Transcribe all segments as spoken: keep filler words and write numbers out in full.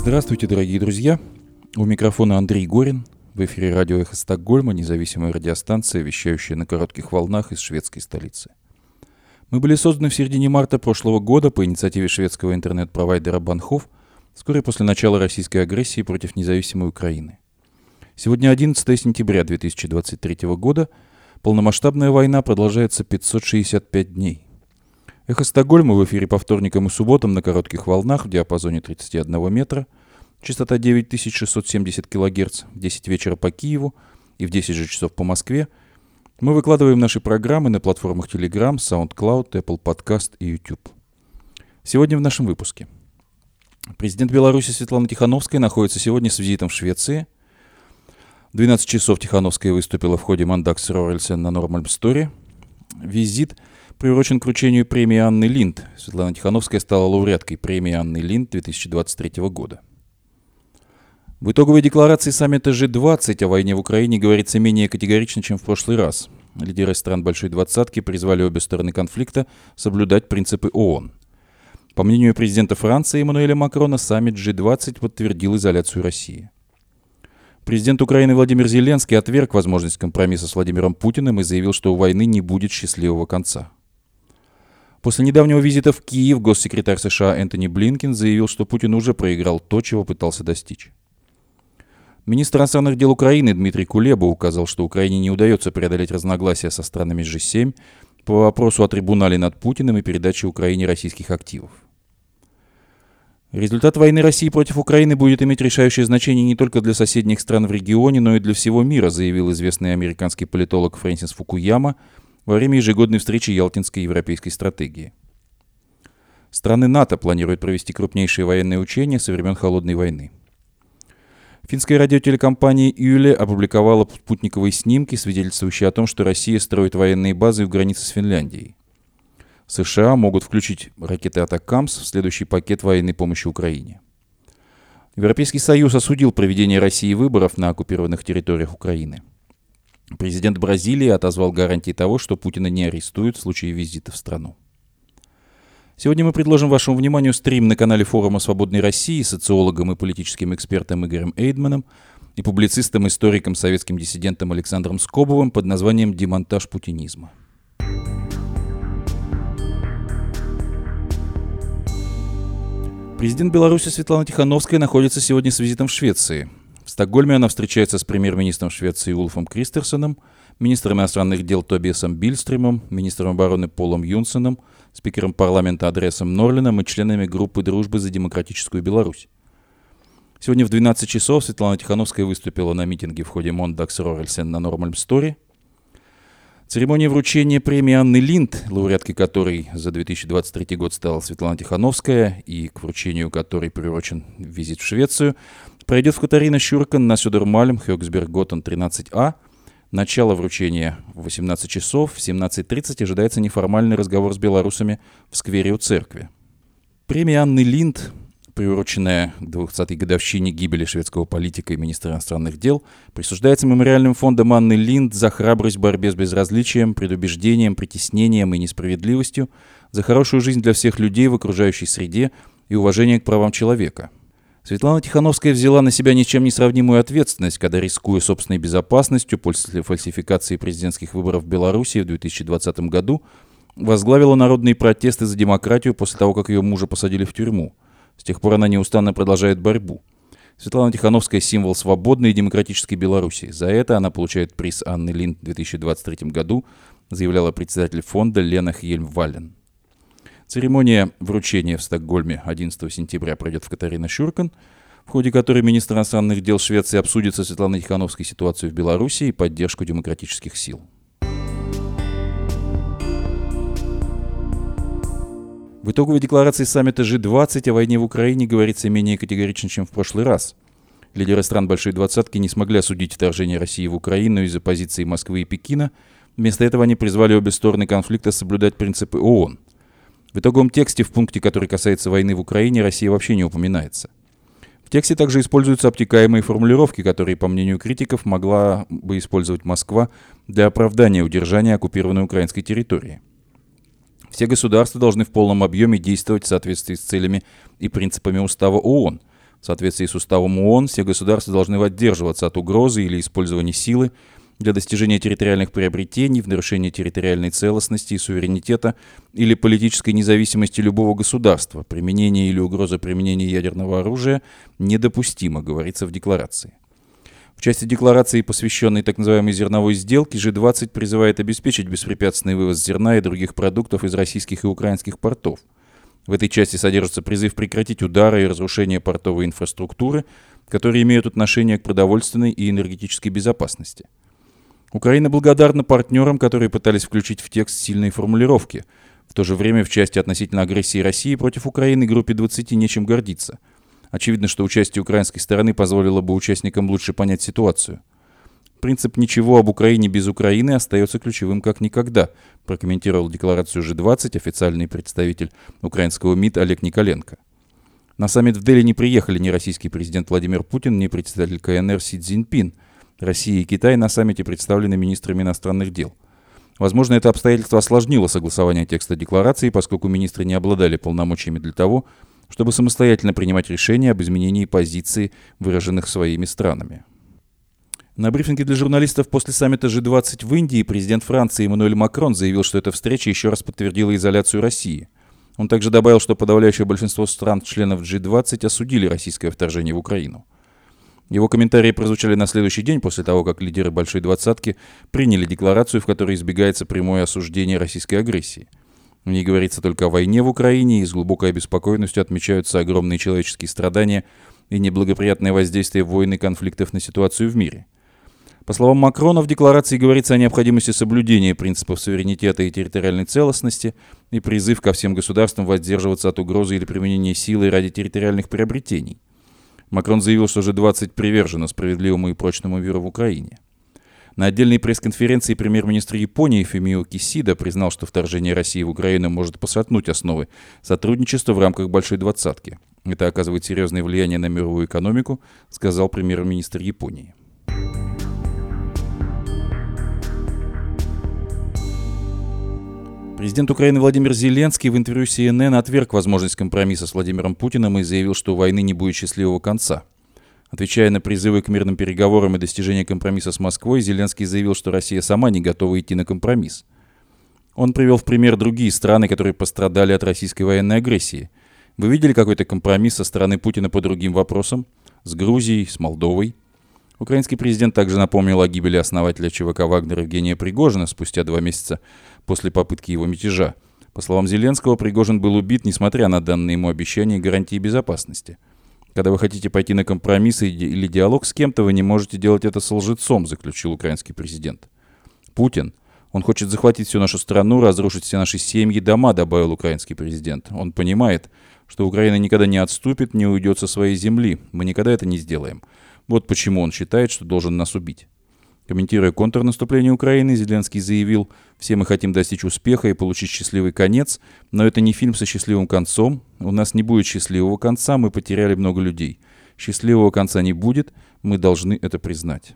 Здравствуйте, дорогие друзья! У микрофона Андрей Горин. В эфире радио «Эхо Стокгольма», независимая радиостанция, вещающая на коротких волнах из шведской столицы. Мы были созданы в середине марта прошлого года по инициативе шведского интернет-провайдера Банхоф, вскоре после начала российской агрессии против независимой Украины. Сегодня одиннадцатое сентября две тысячи двадцать третьего года. Полномасштабная война продолжается пятьсот шестьдесят пять дней. «Эхо Стокгольма» в эфире по вторникам и субботам на коротких волнах в диапазоне тридцать один метра, частота девять тысяч шестьсот семьдесят килогерц, в десять вечера по Киеву и в десять же часов по Москве. Мы выкладываем наши программы на платформах Telegram, SoundCloud, Apple Podcast и YouTube. Сегодня в нашем выпуске. Президент Беларуси Светлана Тихановская находится сегодня с визитом в Швеции. В двенадцать часов Тихановская выступила в ходе Мандакс Рорельсен на Нормальмсторе. Визит приурочен к вручению премии Анны Линд. Светлана Тихановская стала лауреаткой премии Анны Линд две тысячи двадцать третьего года. В итоговой декларации саммита джи двадцать о войне в Украине говорится менее категорично, чем в прошлый раз. Лидеры стран Большой Двадцатки призвали обе стороны конфликта соблюдать принципы ООН. По мнению президента Франции Эммануэля Макрона, саммит джи двадцать подтвердил изоляцию России. Президент Украины Владимир Зеленский отверг возможность компромисса с Владимиром Путиным и заявил, что у войны не будет счастливого конца. После недавнего визита в Киев госсекретарь США Энтони Блинкен заявил, что Путин уже проиграл то, чего пытался достичь. Министр иностранных дел Украины Дмитрий Кулеба указал, что Украине не удается преодолеть разногласия со странами джи семь по вопросу о трибунале над Путиным и передаче Украине российских активов. Результат войны России против Украины будет иметь решающее значение не только для соседних стран в регионе, но и для всего мира, заявил известный американский политолог Фрэнсис Фукуяма во время ежегодной встречи Ялтинской европейской стратегии. Страны НАТО планируют провести крупнейшие военные учения со времен Холодной войны. Финская радиотелекомпания Yle опубликовала спутниковые снимки, свидетельствующие о том, что Россия строит военные базы в границе с Финляндией. США могут включить ракеты «Атакамс» в следующий пакет военной помощи Украине. Европейский Союз осудил проведение России выборов на оккупированных территориях Украины. Президент Бразилии отозвал гарантии того, что Путина не арестуют в случае визита в страну. Сегодня мы предложим вашему вниманию стрим на канале форума «Свободной России» с социологом и политическим экспертом Игорем Эйдманом и публицистом-историком, советским диссидентом Александром Скобовым под названием «Демонтаж путинизма». Президент Беларуси Светлана Тихановская находится сегодня с визитом в Швеции. В Стокгольме она встречается с премьер-министром Швеции Улфом Кристерсоном, министром иностранных дел Тобиасом Бильстримом, министром обороны Полом Юнсеном, спикером парламента Адресом Норлином и членами группы дружбы за демократическую Беларусь. Сегодня в двенадцать часов Светлана Тихановская выступила на митинге в ходе Мандакс Рорельсен на Нормальмсторе. Церемония вручения премии Анны Линд, лауреаткой которой за две тысячи двадцать третий год стала Светлана Тихановская и к вручению которой приурочен визит в Швецию, пройдет в Катарина Шюркан на Сёдермальм, Хёксберг-Готтен тринадцать А. Начало вручения в восемнадцать часов, в семнадцать тридцать ожидается неформальный разговор с белорусами в сквере у церкви. Премия Анны Линд, приуроченная к двухсотой годовщине гибели шведского политика и министра иностранных дел, присуждается мемориальным фондом Анны Линд за храбрость в борьбе с безразличием, предубеждением, притеснением и несправедливостью, за хорошую жизнь для всех людей в окружающей среде и уважение к правам человека. Светлана Тихановская взяла на себя ни с чем не сравнимую ответственность, когда, рискуя собственной безопасностью после фальсификации президентских выборов в Беларуси в две тысячи двадцатом году, возглавила народные протесты за демократию после того, как ее мужа посадили в тюрьму. С тех пор она неустанно продолжает борьбу. Светлана Тихановская – символ свободной и демократической Беларуси. За это она получает приз Анны Линд в две тысячи двадцать третьем году, заявляла председатель фонда Лена Хьельм-Валлен. Церемония вручения в Стокгольме одиннадцатого сентября пройдет в Катарина Шюркан, в ходе которой министр иностранных дел Швеции обсудит со Светланой Тихановской ситуацию в Беларуси и поддержку демократических сил. В итоговой декларации саммита джи двадцать о войне в Украине говорится менее категорично, чем в прошлый раз. Лидеры стран Большой Двадцатки не смогли осудить вторжение России в Украину из-за позиции Москвы и Пекина. Вместо этого они призвали обе стороны конфликта соблюдать принципы ООН. В итоговом тексте, в пункте, который касается войны в Украине, Россия вообще не упоминается. В тексте также используются обтекаемые формулировки, которые, по мнению критиков, могла бы использовать Москва для оправдания удержания оккупированной украинской территории. Все государства должны в полном объеме действовать в соответствии с целями и принципами Устава ООН, В соответствии с уставом ООН, все государства должны воздерживаться от угрозы или использования силы для достижения территориальных приобретений, в нарушение территориальной целостности и суверенитета или политической независимости любого государства. Применение или угроза применения ядерного оружия недопустимо, говорится в декларации. В части декларации, посвященной так называемой зерновой сделке, джи двадцать призывает обеспечить беспрепятственный вывоз зерна и других продуктов из российских и украинских портов. В этой части содержится призыв прекратить удары и разрушение портовой инфраструктуры, которые имеют отношение к продовольственной и энергетической безопасности. Украина благодарна партнерам, которые пытались включить в текст сильные формулировки. В то же время в части относительно агрессии России против Украины группе двадцати нечем гордиться. Очевидно, что участие украинской стороны позволило бы участникам лучше понять ситуацию. Принцип «ничего об Украине без Украины» остается ключевым как никогда, прокомментировал декларацию джи двадцать официальный представитель украинского МИД Олег Николенко. На саммит в Дели не приехали ни российский президент Владимир Путин, ни председатель ка эн эр Си Цзиньпин. Россия и Китай на саммите представлены министрами иностранных дел. Возможно, это обстоятельство осложнило согласование текста декларации, поскольку министры не обладали полномочиями для того, чтобы самостоятельно принимать решения об изменении позиции, выраженных своими странами. На брифинге для журналистов после саммита джи двадцать в Индии президент Франции Эммануэль Макрон заявил, что эта встреча еще раз подтвердила изоляцию России. Он также добавил, что подавляющее большинство стран-членов джи двадцать осудили российское вторжение в Украину. Его комментарии прозвучали на следующий день после того, как лидеры Большой Двадцатки приняли декларацию, в которой избегается прямое осуждение российской агрессии. В ней говорится только о войне в Украине, и с глубокой обеспокоенностью отмечаются огромные человеческие страдания и неблагоприятное воздействие войн и конфликтов на ситуацию в мире. По словам Макрона, в декларации говорится о необходимости соблюдения принципов суверенитета и территориальной целостности и призыв ко всем государствам воздерживаться от угрозы или применения силы ради территориальных приобретений. Макрон заявил, что джи двадцать привержена справедливому и прочному миру в Украине. На отдельной пресс-конференции премьер-министр Японии Фумио Кисида признал, что вторжение России в Украину может пошатнуть основы сотрудничества в рамках Большой Двадцатки. Это оказывает серьезное влияние на мировую экономику, сказал премьер-министр Японии. Президент Украины Владимир Зеленский в интервью Си Эн Эн отверг возможность компромисса с Владимиром Путиным и заявил, что у войны не будет счастливого конца. Отвечая на призывы к мирным переговорам и достижению компромисса с Москвой, Зеленский заявил, что Россия сама не готова идти на компромисс. Он привел в пример другие страны, которые пострадали от российской военной агрессии. Вы видели какой-то компромисс со стороны Путина по другим вопросам? С Грузией, с Молдовой? Украинский президент также напомнил о гибели основателя ЧВК «Вагнер» Евгения Пригожина спустя два месяца после попытки его мятежа. По словам Зеленского, Пригожин был убит, несмотря на данные ему обещания и гарантии безопасности. Когда вы хотите пойти на компромиссы или диалог с кем-то, вы не можете делать это с лжецом, заключил украинский президент. Путин, он хочет захватить всю нашу страну, разрушить все наши семьи, дома, добавил украинский президент. Он понимает, что Украина никогда не отступит, не уйдет со своей земли. Мы никогда это не сделаем. Вот почему он считает, что должен нас убить. Комментируя контрнаступление Украины, Зеленский заявил: «Все мы хотим достичь успеха и получить счастливый конец, но это не фильм со счастливым концом. У нас не будет счастливого конца, мы потеряли много людей. Счастливого конца не будет, мы должны это признать».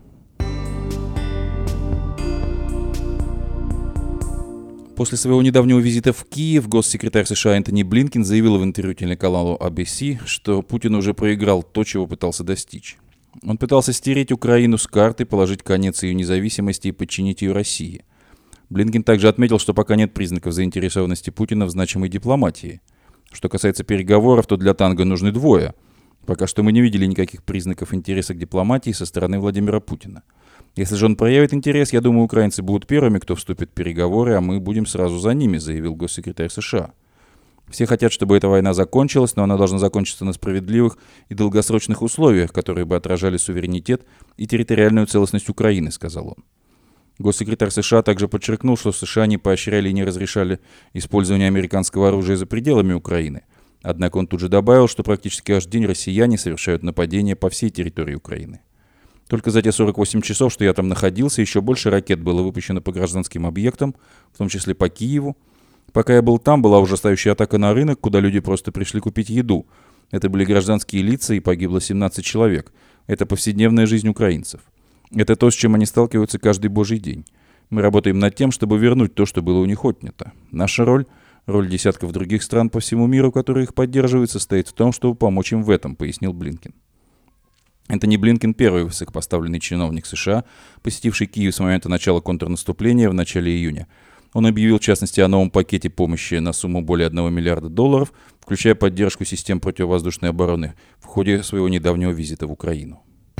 После своего недавнего визита в Киев госсекретарь США Энтони Блинкен заявил в интервью телеканалу эй би си, что Путин уже проиграл то, чего пытался достичь. Он пытался стереть Украину с карты, положить конец ее независимости и подчинить ее России. Блинкен также отметил, что пока нет признаков заинтересованности Путина в значимой дипломатии. Что касается переговоров, то для танго нужны двое. Пока что мы не видели никаких признаков интереса к дипломатии со стороны Владимира Путина. Если же он проявит интерес, я думаю, украинцы будут первыми, кто вступит в переговоры, а мы будем сразу за ними, заявил госсекретарь США. Все хотят, чтобы эта война закончилась, но она должна закончиться на справедливых и долгосрочных условиях, которые бы отражали суверенитет и территориальную целостность Украины, сказал он. Госсекретарь США также подчеркнул, что США не поощряли и не разрешали использование американского оружия за пределами Украины. Однако он тут же добавил, что практически каждый день россияне совершают нападения по всей территории Украины. Только за те сорок восемь часов, что я там находился, еще больше ракет было выпущено по гражданским объектам, в том числе по Киеву. Пока я был там, была ужасающая атака на рынок, куда люди просто пришли купить еду. Это были гражданские лица, и погибло семнадцать человек. Это повседневная жизнь украинцев. Это то, с чем они сталкиваются каждый божий день. Мы работаем над тем, чтобы вернуть то, что было у них отнято. Наша роль – Роль десятков других стран по всему миру, которые их поддерживают, состоит в том, чтобы помочь им в этом, пояснил Блинкен. Энтони Блинкен – первый высокопоставленный чиновник США, посетивший Киев с момента начала контрнаступления в начале июня. Он объявил, в частности, о новом пакете помощи на сумму более одного миллиарда долларов, включая поддержку систем противовоздушной обороны в ходе своего недавнего визита в Украину.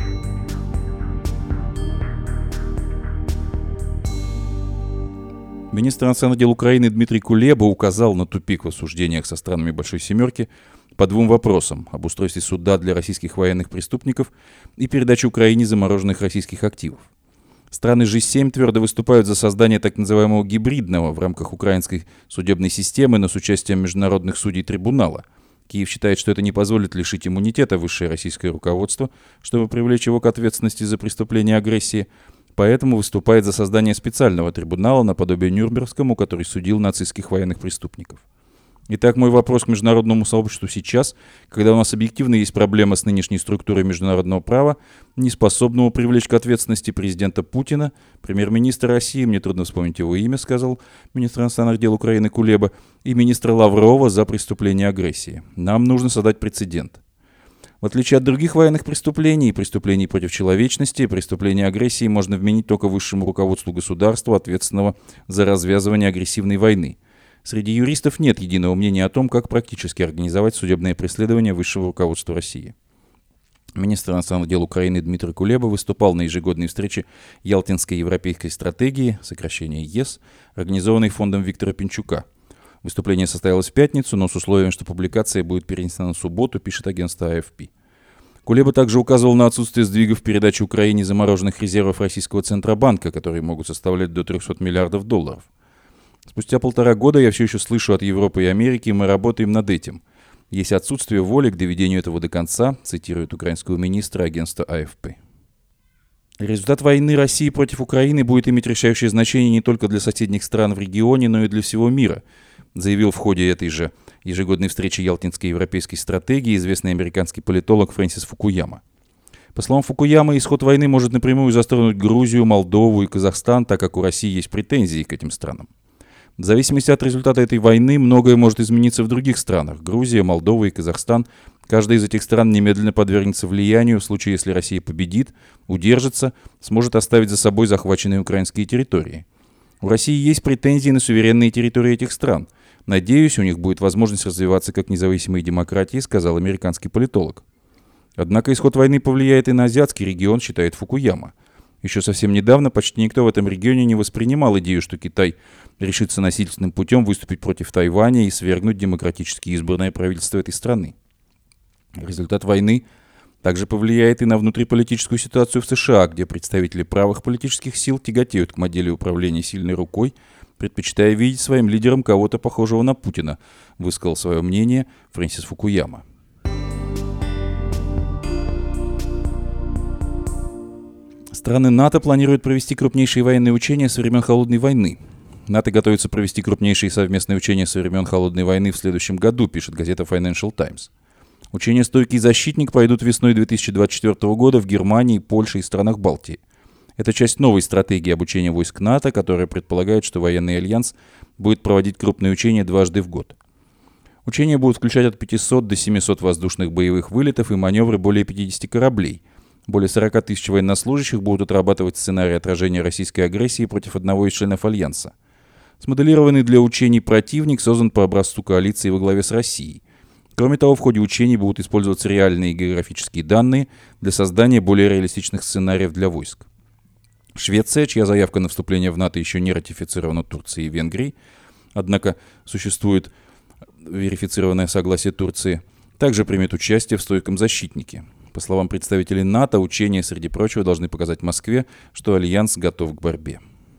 Министр иностранных дел Украины Дмитрий Кулеба указал на тупик в обсуждениях со странами Большой Семерки по двум вопросам: об устройстве суда для российских военных преступников и передаче Украине замороженных российских активов. Страны джи семь твердо выступают за создание так называемого гибридного в рамках украинской судебной системы, но с участием международных судей трибунала. Киев считает, что это не позволит лишить иммунитета высшее российское руководство, чтобы привлечь его к ответственности за преступление агрессии, поэтому выступает за создание специального трибунала наподобие Нюрнбергскому, который судил нацистских военных преступников. Итак, мой вопрос к международному сообществу сейчас, когда у нас объективно есть проблема с нынешней структурой международного права, не способного привлечь к ответственности президента Путина, премьер-министра России, мне трудно вспомнить его имя, сказал министр иностранных дел Украины Кулеба, и министра Лаврова за преступление агрессии. Нам нужно создать прецедент. В отличие от других военных преступлений, преступлений против человечности, преступления агрессии можно вменить только высшему руководству государства, ответственного за развязывание агрессивной войны. Среди юристов нет единого мнения о том, как практически организовать судебное преследование высшего руководства России. Министр иностранных дел Украины Дмитрий Кулеба выступал на ежегодной встрече Ялтинской европейской стратегии, сокращение ЕС, организованной фондом Виктора Пинчука. Выступление состоялось в пятницу, но с условием, что публикация будет перенесена на субботу, пишет агентство а эф пи. Кулеба также указывал на отсутствие сдвигов в передаче Украине замороженных резервов российского Центробанка, которые могут составлять до трехсот миллиардов долларов. Спустя полтора года я все еще слышу от Европы и Америки, и мы работаем над этим. Есть отсутствие воли к доведению этого до конца, цитирует украинского министра агентства а эф пи. Результат войны России против Украины будет иметь решающее значение не только для соседних стран в регионе, но и для всего мира, заявил в ходе этой же ежегодной встречи Ялтинской европейской стратегии известный американский политолог Фрэнсис Фукуяма. По словам Фукуямы, исход войны может напрямую затронуть Грузию, Молдову и Казахстан, так как у России есть претензии к этим странам. В зависимости от результата этой войны многое может измениться в других странах. Грузия, Молдова и Казахстан. Каждая из этих стран немедленно подвергнется влиянию в случае, если Россия победит, удержится, сможет оставить за собой захваченные украинские территории. У России есть претензии на суверенные территории этих стран. Надеюсь, у них будет возможность развиваться как независимые демократии, сказал американский политолог. Однако исход войны повлияет и на азиатский регион, считает Фукуяма. Еще совсем недавно почти никто в этом регионе не воспринимал идею, что Китай решится насильственным путем выступить против Тайваня и свергнуть демократически избранное правительство этой страны. Результат войны также повлияет и на внутриполитическую ситуацию в США, где представители правых политических сил тяготеют к модели управления сильной рукой, предпочитая видеть своим лидером кого-то похожего на Путина, высказал свое мнение Фрэнсис Фукуяма. Страны НАТО планируют провести крупнейшие военные учения со времен Холодной войны. НАТО готовится провести крупнейшие совместные учения со времен Холодной войны в следующем году, пишет газета Financial Times. Учения «Стойкий защитник» пройдут весной две тысячи двадцать четвёртого года в Германии, Польше и странах Балтии. Это часть новой стратегии обучения войск НАТО, которая предполагает, что военный альянс будет проводить крупные учения дважды в год. Учения будут включать от пятисот до семисот воздушных боевых вылетов и маневры более пятидесяти кораблей. Более сорока тысяч военнослужащих будут отрабатывать сценарий отражения российской агрессии против одного из членов Альянса. Смоделированный для учений противник создан по образцу коалиции во главе с Россией. Кроме того, в ходе учений будут использоваться реальные географические данные для создания более реалистичных сценариев для войск. Швеция, чья заявка на вступление в НАТО еще не ратифицирована Турцией и Венгрией, однако существует верифицированное согласие Турции, также примет участие в «Стойком защитнике». По словам представителей НАТО, учения, среди прочего, должны показать Москве, что Альянс готов к борьбе.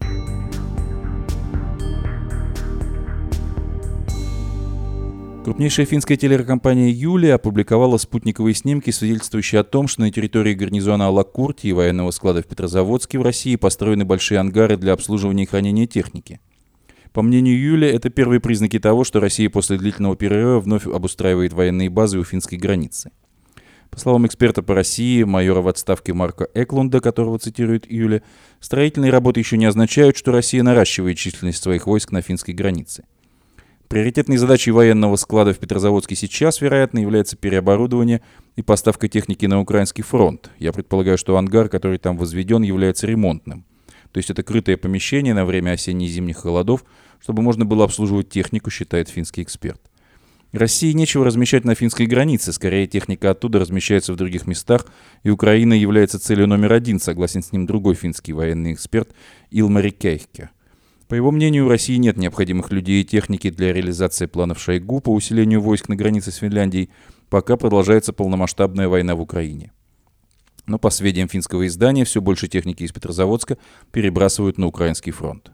Крупнейшая финская телекомпания «Юлия» опубликовала спутниковые снимки, свидетельствующие о том, что на территории гарнизона Алакурти и военного склада в Петрозаводске в России построены большие ангары для обслуживания и хранения техники. По мнению «Юлия», это первые признаки того, что Россия после длительного перерыва вновь обустраивает военные базы у финской границы. По словам эксперта по России, майора в отставке Марка Эклунда, которого цитирует Юля, строительные работы еще не означают, что Россия наращивает численность своих войск на финской границе. Приоритетной задачей военного склада в Петрозаводске сейчас, вероятно, является переоборудование и поставка техники на украинский фронт. Я предполагаю, что ангар, который там возведен, является ремонтным. То есть это крытое помещение на время осенне-зимних холодов, чтобы можно было обслуживать технику, считает финский эксперт. России нечего размещать на финской границе, скорее техника оттуда размещается в других местах, и Украина является целью номер один, согласен с ним другой финский военный эксперт Илмари Кейхке. По его мнению, у России нет необходимых людей и техники для реализации планов Шойгу по усилению войск на границе с Финляндией, пока продолжается полномасштабная война в Украине. Но по сведениям финского издания, все больше техники из Петрозаводска перебрасывают на украинский фронт.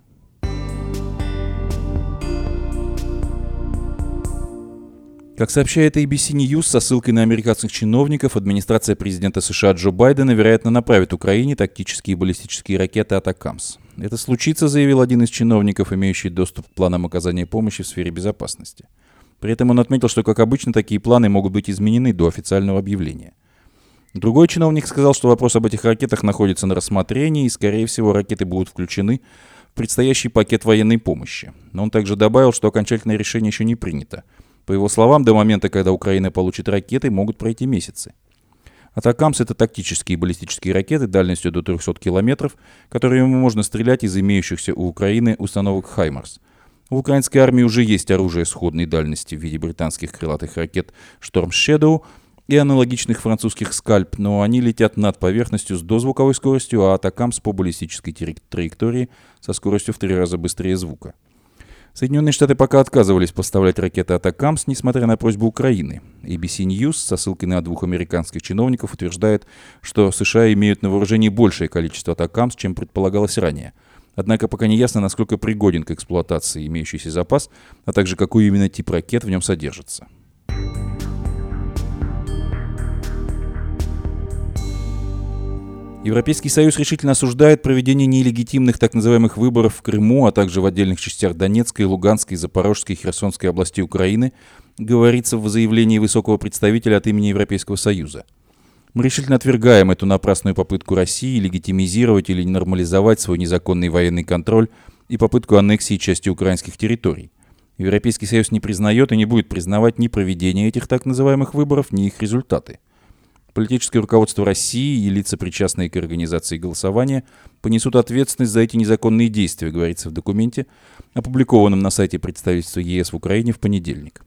Как сообщает эй би си News со ссылкой на американских чиновников, администрация президента США Джо Байдена, вероятно, направит Украине тактические баллистические ракеты «Атакамс». Это случится, заявил один из чиновников, имеющий доступ к планам оказания помощи в сфере безопасности. При этом он отметил, что, как обычно, такие планы могут быть изменены до официального объявления. Другой чиновник сказал, что вопрос об этих ракетах находится на рассмотрении, и, скорее всего, ракеты будут включены в предстоящий пакет военной помощи. Но он также добавил, что окончательное решение еще не принято. По его словам, до момента, когда Украина получит ракеты, могут пройти месяцы. «Атакамс» — это тактические баллистические ракеты дальностью до трехсот километров, которыми можно стрелять из имеющихся у Украины установок «Хаймарс». У украинской армии уже есть оружие сходной дальности в виде британских крылатых ракет «Storm Shadow» и аналогичных французских «Скальп», но они летят над поверхностью с дозвуковой скоростью, а «Атакамс» по баллистической траектории со скоростью в три раза быстрее звука. Соединенные Штаты пока отказывались поставлять ракеты «Атакамс», несмотря на просьбу Украины. эй би си News со ссылкой на двух американских чиновников утверждает, что США имеют на вооружении большее количество «Атакамс», чем предполагалось ранее. Однако пока не ясно, насколько пригоден к эксплуатации имеющийся запас, а также какой именно тип ракет в нем содержится. Европейский Союз решительно осуждает проведение нелегитимных так называемых выборов в Крыму, а также в отдельных частях Донецкой, Луганской, Запорожской и Херсонской областей Украины, говорится в заявлении высокого представителя от имени Европейского Союза. Мы решительно отвергаем эту напрасную попытку России легитимизировать или нормализовать свой незаконный военный контроль и попытку аннексии части украинских территорий. Европейский Союз не признает и не будет признавать ни проведение этих так называемых выборов, ни их результаты. Политическое руководство России и лица, причастные к организации голосования, понесут ответственность за эти незаконные действия, говорится в документе, опубликованном на сайте представительства е эс в Украине в понедельник.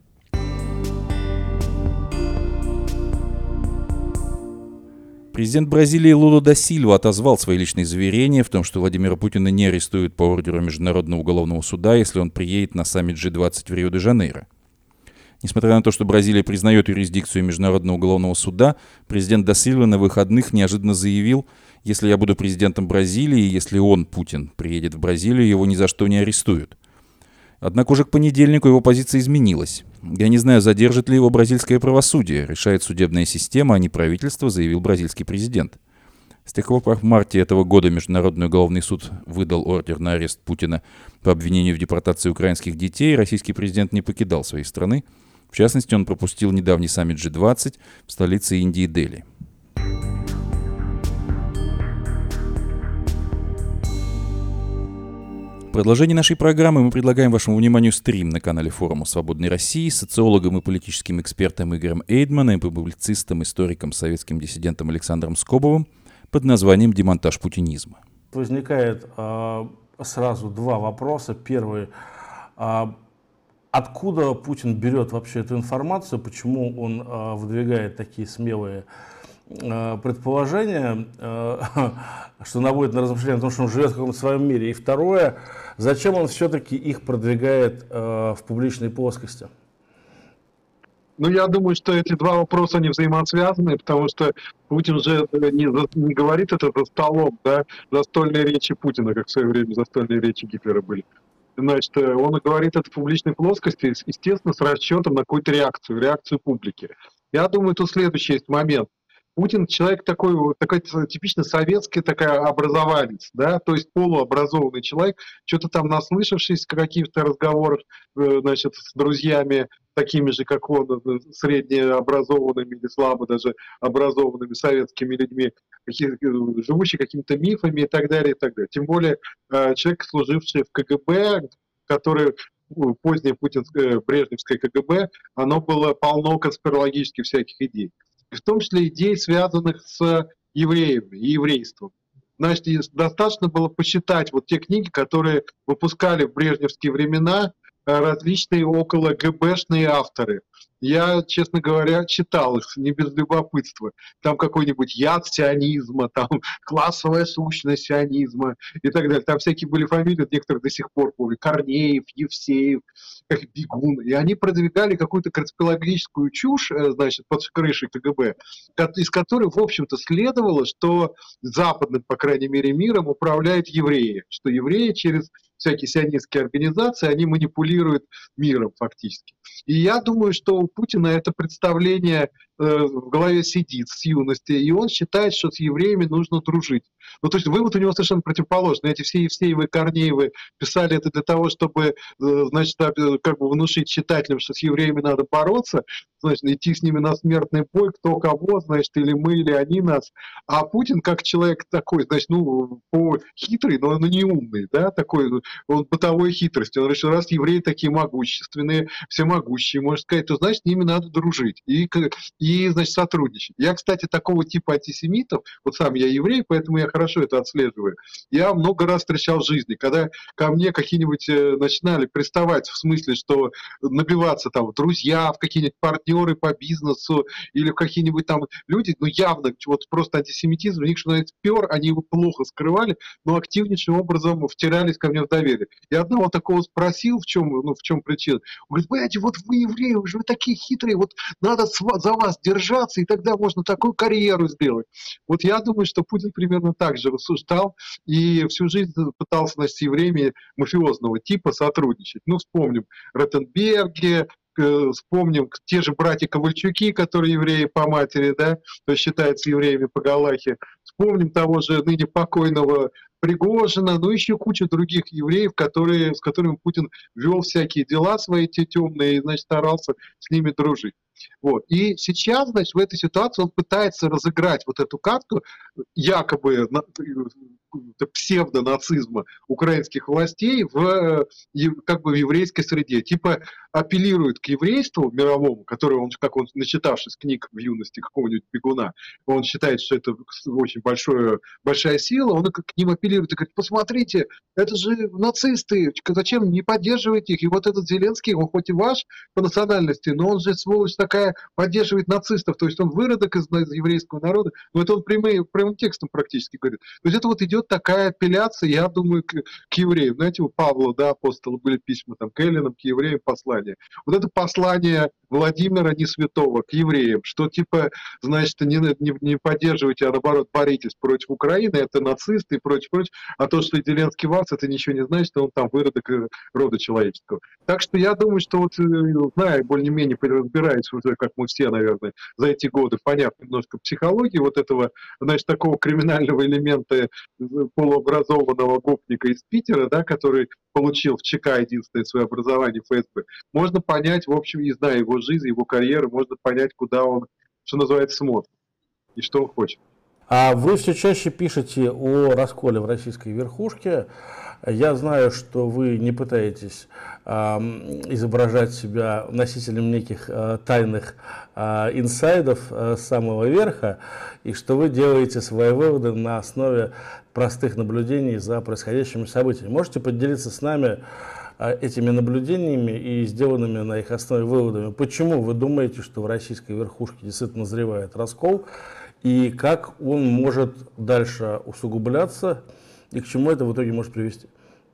Президент Бразилии Лула да Сильва отозвал свои личные заверения в том, что Владимира Путина не арестуют по ордеру Международного уголовного суда, если он приедет на саммит джи двадцать в Рио-де-Жанейро. Несмотря на то, что Бразилия признает юрисдикцию Международного уголовного суда, президент да Сильва на выходных неожиданно заявил, если я буду президентом Бразилии, если он, Путин, приедет в Бразилию, его ни за что не арестуют. Однако уже к понедельнику его позиция изменилась. Я не знаю, задержит ли его бразильское правосудие, решает судебная система, а не правительство, заявил бразильский президент. С тех пор, как в марте этого года Международный уголовный суд выдал ордер на арест Путина по обвинению в депортации украинских детей, российский президент не покидал своей страны. В частности, он пропустил недавний саммит джи двадцать в столице Индии Дели. В продолжении нашей программы мы предлагаем вашему вниманию стрим на канале форума «Свободной России» с социологом и политическим экспертом Игорем Эйдманом и публицистом, историком, советским диссидентом Александром Скобовым под названием «Демонтаж путинизма». Возникает э, сразу два вопроса. Первый. Э, Откуда Путин берет вообще эту информацию, почему он э, выдвигает такие смелые э, предположения, э, что наводит на размышления о том, что он живет в каком-то своем мире. И второе, зачем он все-таки их продвигает э, в публичной плоскости? Ну, я думаю, что эти два вопроса, они взаимосвязаны, потому что Путин же не, не говорит это за столом, да, застольные речи Путина, как в свое время застольные речи Гитлера были. Значит, он говорит это в публичной плоскости, естественно, с расчетом на какую-то реакцию, реакцию публики. Я думаю, тут следующий есть момент. Путин человек такой, такой типично советский такой образованец, да, то есть полуобразованный человек, что-то там наслышавшись в каких-то разговорах, значит, с друзьями, такими же, как он, среднеобразованными или слабо даже образованными советскими людьми, живущий какими-то мифами и так далее, и так далее. Тем более человек, служивший в ка гэ бэ, который позднее путинское, брежневское КГБ, оно было полно конспирологических всяких идей. И в том числе идей, связанных с евреями и еврейством. Значит, достаточно было посчитать вот те книги, которые выпускали в брежневские времена различные около ГБшные авторы. Я, честно говоря, читал их не без любопытства. Там какой-нибудь яд сионизма, там классовая сущность сионизма и так далее. Там всякие были фамилии, некоторых до сих пор помню, Корнеев, Евсеев, как Бегун. И они продвигали какую-то конспирологическую чушь, значит, под крышей КГБ, из которой, в общем-то, следовало, что западным, по крайней мере, миром управляют евреи, что евреи через всякие сионистские организации, они манипулируют миром фактически. И я думаю, что у Путина это представление э, в голове сидит с юности, и он считает, что с евреями нужно дружить. Ну, то есть вывод у него совершенно противоположный. Эти все Евсеевы и Корнеевы писали это для того, чтобы, э, значит, как бы внушить читателям, что с евреями надо бороться, значит, идти с ними на смертный бой, кто кого, значит, или мы, или они нас. А Путин, как человек такой, значит, ну, хитрый, но он не умный, да, такой, он бытовой хитрости. Он решил, раз евреи такие могущественные, всемогущие, можно сказать, то, значит, с ними надо дружить и, и, значит, сотрудничать. Я, кстати, такого типа антисемитов, вот сам я еврей, поэтому я хорошо это отслеживаю, я много раз встречал в жизни, когда ко мне какие-нибудь начинали приставать в смысле, что набиваться там в друзья, в какие-нибудь партнеры по бизнесу или в какие-нибудь там люди, ну, явно, вот просто антисемитизм, у них что называется пер, они его плохо скрывали, но активнейшим образом втирались ко мне в доверие. Я одного такого спросил, в чем, ну, в чем причина. Он говорит, понимаете, вот вы евреи, вы же вы такие хитрые, вот надо за вас держаться, и тогда можно такую карьеру сделать. Вот я думаю, что Путин примерно так же рассуждал и всю жизнь пытался, значит, с евреями мафиозного типа сотрудничать. Ну, вспомним Ротенберги, вспомним те же братья Ковальчуки, которые евреи по матери, да, то есть считаются евреями по Галахе. Вспомним того же ныне покойного Пригожина, ну еще куча других евреев, которые, с которыми Путин вел всякие дела свои те темные и, значит, старался с ними дружить. Вот. И сейчас, значит, в этой ситуации он пытается разыграть вот эту карту якобы псевдонацизма украинских властей в, как бы, в еврейской среде. Типа апеллирует к еврейству мировому, которое он, как он, начитавшись книг в юности какого-нибудь бегуна, он считает, что это очень большое, большая сила, он к ним апеллирует и говорит, посмотрите, это же нацисты, зачем не поддерживаете их? И вот этот Зеленский, он хоть и ваш по национальности, но он же, сволочь такая, поддерживает нацистов, то есть он выродок из, из еврейского народа, но это он прямым, прямым текстом практически говорит. То есть это вот идет такая апелляция, я думаю, к, к евреям. Знаете, у Павла, да, апостола были письма там, к эллинам, к евреям послания. Вот это послание Владимира не святого к евреям, что типа, значит, не, не, не поддерживайте, а наоборот боритесь против Украины, это нацисты и прочее, прочее. А то, что Зеленский вас, это ничего не значит, что он там выродок рода человеческого. Так что я думаю, что вот, зная, более-менее разбираясь уже, как мы все, наверное, за эти годы, поняв немножко психологии вот этого, значит, такого криминального элемента полуобразованного гопника из Питера, да, который получил в ЧК единственное свое образование в ФСБ, можно понять, в общем, не зная его жизнь, его карьеру, можно понять, куда он, что называется, смотрит и что он хочет. А вы все чаще пишете о расколе в российской верхушке. Я знаю, что вы не пытаетесь э, изображать себя носителем неких э, тайных э, инсайдов э, с самого верха, и что вы делаете свои выводы на основе простых наблюдений за происходящими событиями. Можете поделиться с нами э, этими наблюдениями и сделанными на их основе выводами? Почему вы думаете, что в российской верхушке действительно назревает раскол? И как он может дальше усугубляться, и к чему это в итоге может привести?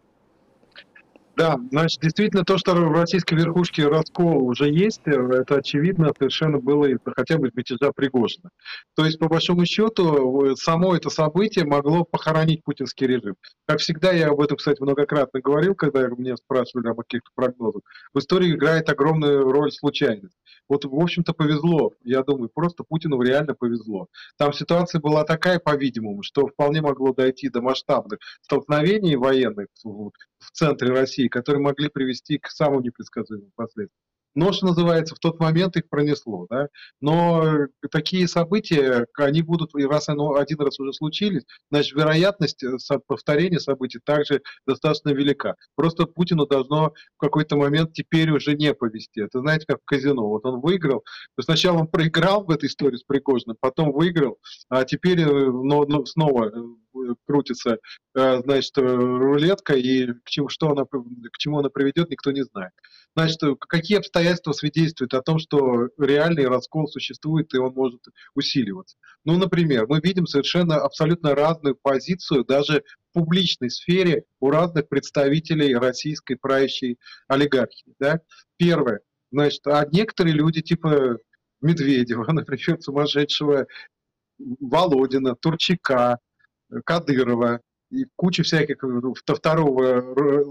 Да, значит, действительно, то, что в российской верхушке раскол уже есть, это очевидно, совершенно было из-за хотя бы мятежа Пригожина. То есть, по большому счету, само это событие могло похоронить путинский режим. Как всегда, я об этом, кстати, многократно говорил, когда меня спрашивали о каких-то прогнозах. В истории играет огромную роль случайность. Вот, в общем-то, повезло, я думаю, просто Путину реально повезло. Там ситуация была такая, по-видимому, что вполне могло дойти до масштабных столкновений военных в центре России, которые могли привести к самым непредсказуемым последствиям. Но, что называется, в тот момент их пронесло, да. Но такие события, они будут, и раз оно один раз уже случились, значит, вероятность повторения событий также достаточно велика. Просто Путину должно в какой-то момент теперь уже не повезти. Это, знаете, как в казино. Вот он выиграл, сначала он проиграл в этой истории с Пригожиным, потом выиграл, а теперь но, но снова крутится, значит, рулетка, и к чему, что она, к чему она приведет, никто не знает. Значит, какие обстоятельства свидетельствуют о том, что реальный раскол существует и он может усиливаться? Ну, например, мы видим совершенно абсолютно разную позицию даже в публичной сфере у разных представителей российской правящей олигархии. Да? Первое. Значит, а некоторые люди типа Медведева, например, сумасшедшего Володина, Турчака, Кадырова и куча всяких второго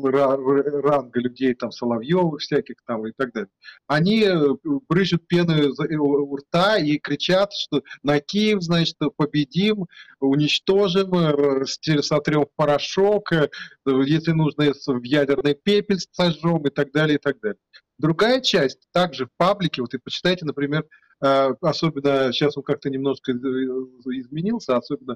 ранга людей, там, Соловьевых всяких там и так далее. Они брызжут пену у рта и кричат, что на Киев, значит, победим, уничтожим, сотрем в порошок, если нужно, в ядерный пепель сожжем и так далее, и так далее. Другая часть, также в паблике, вот и почитайте, например, особенно, сейчас он как-то немножко изменился, особенно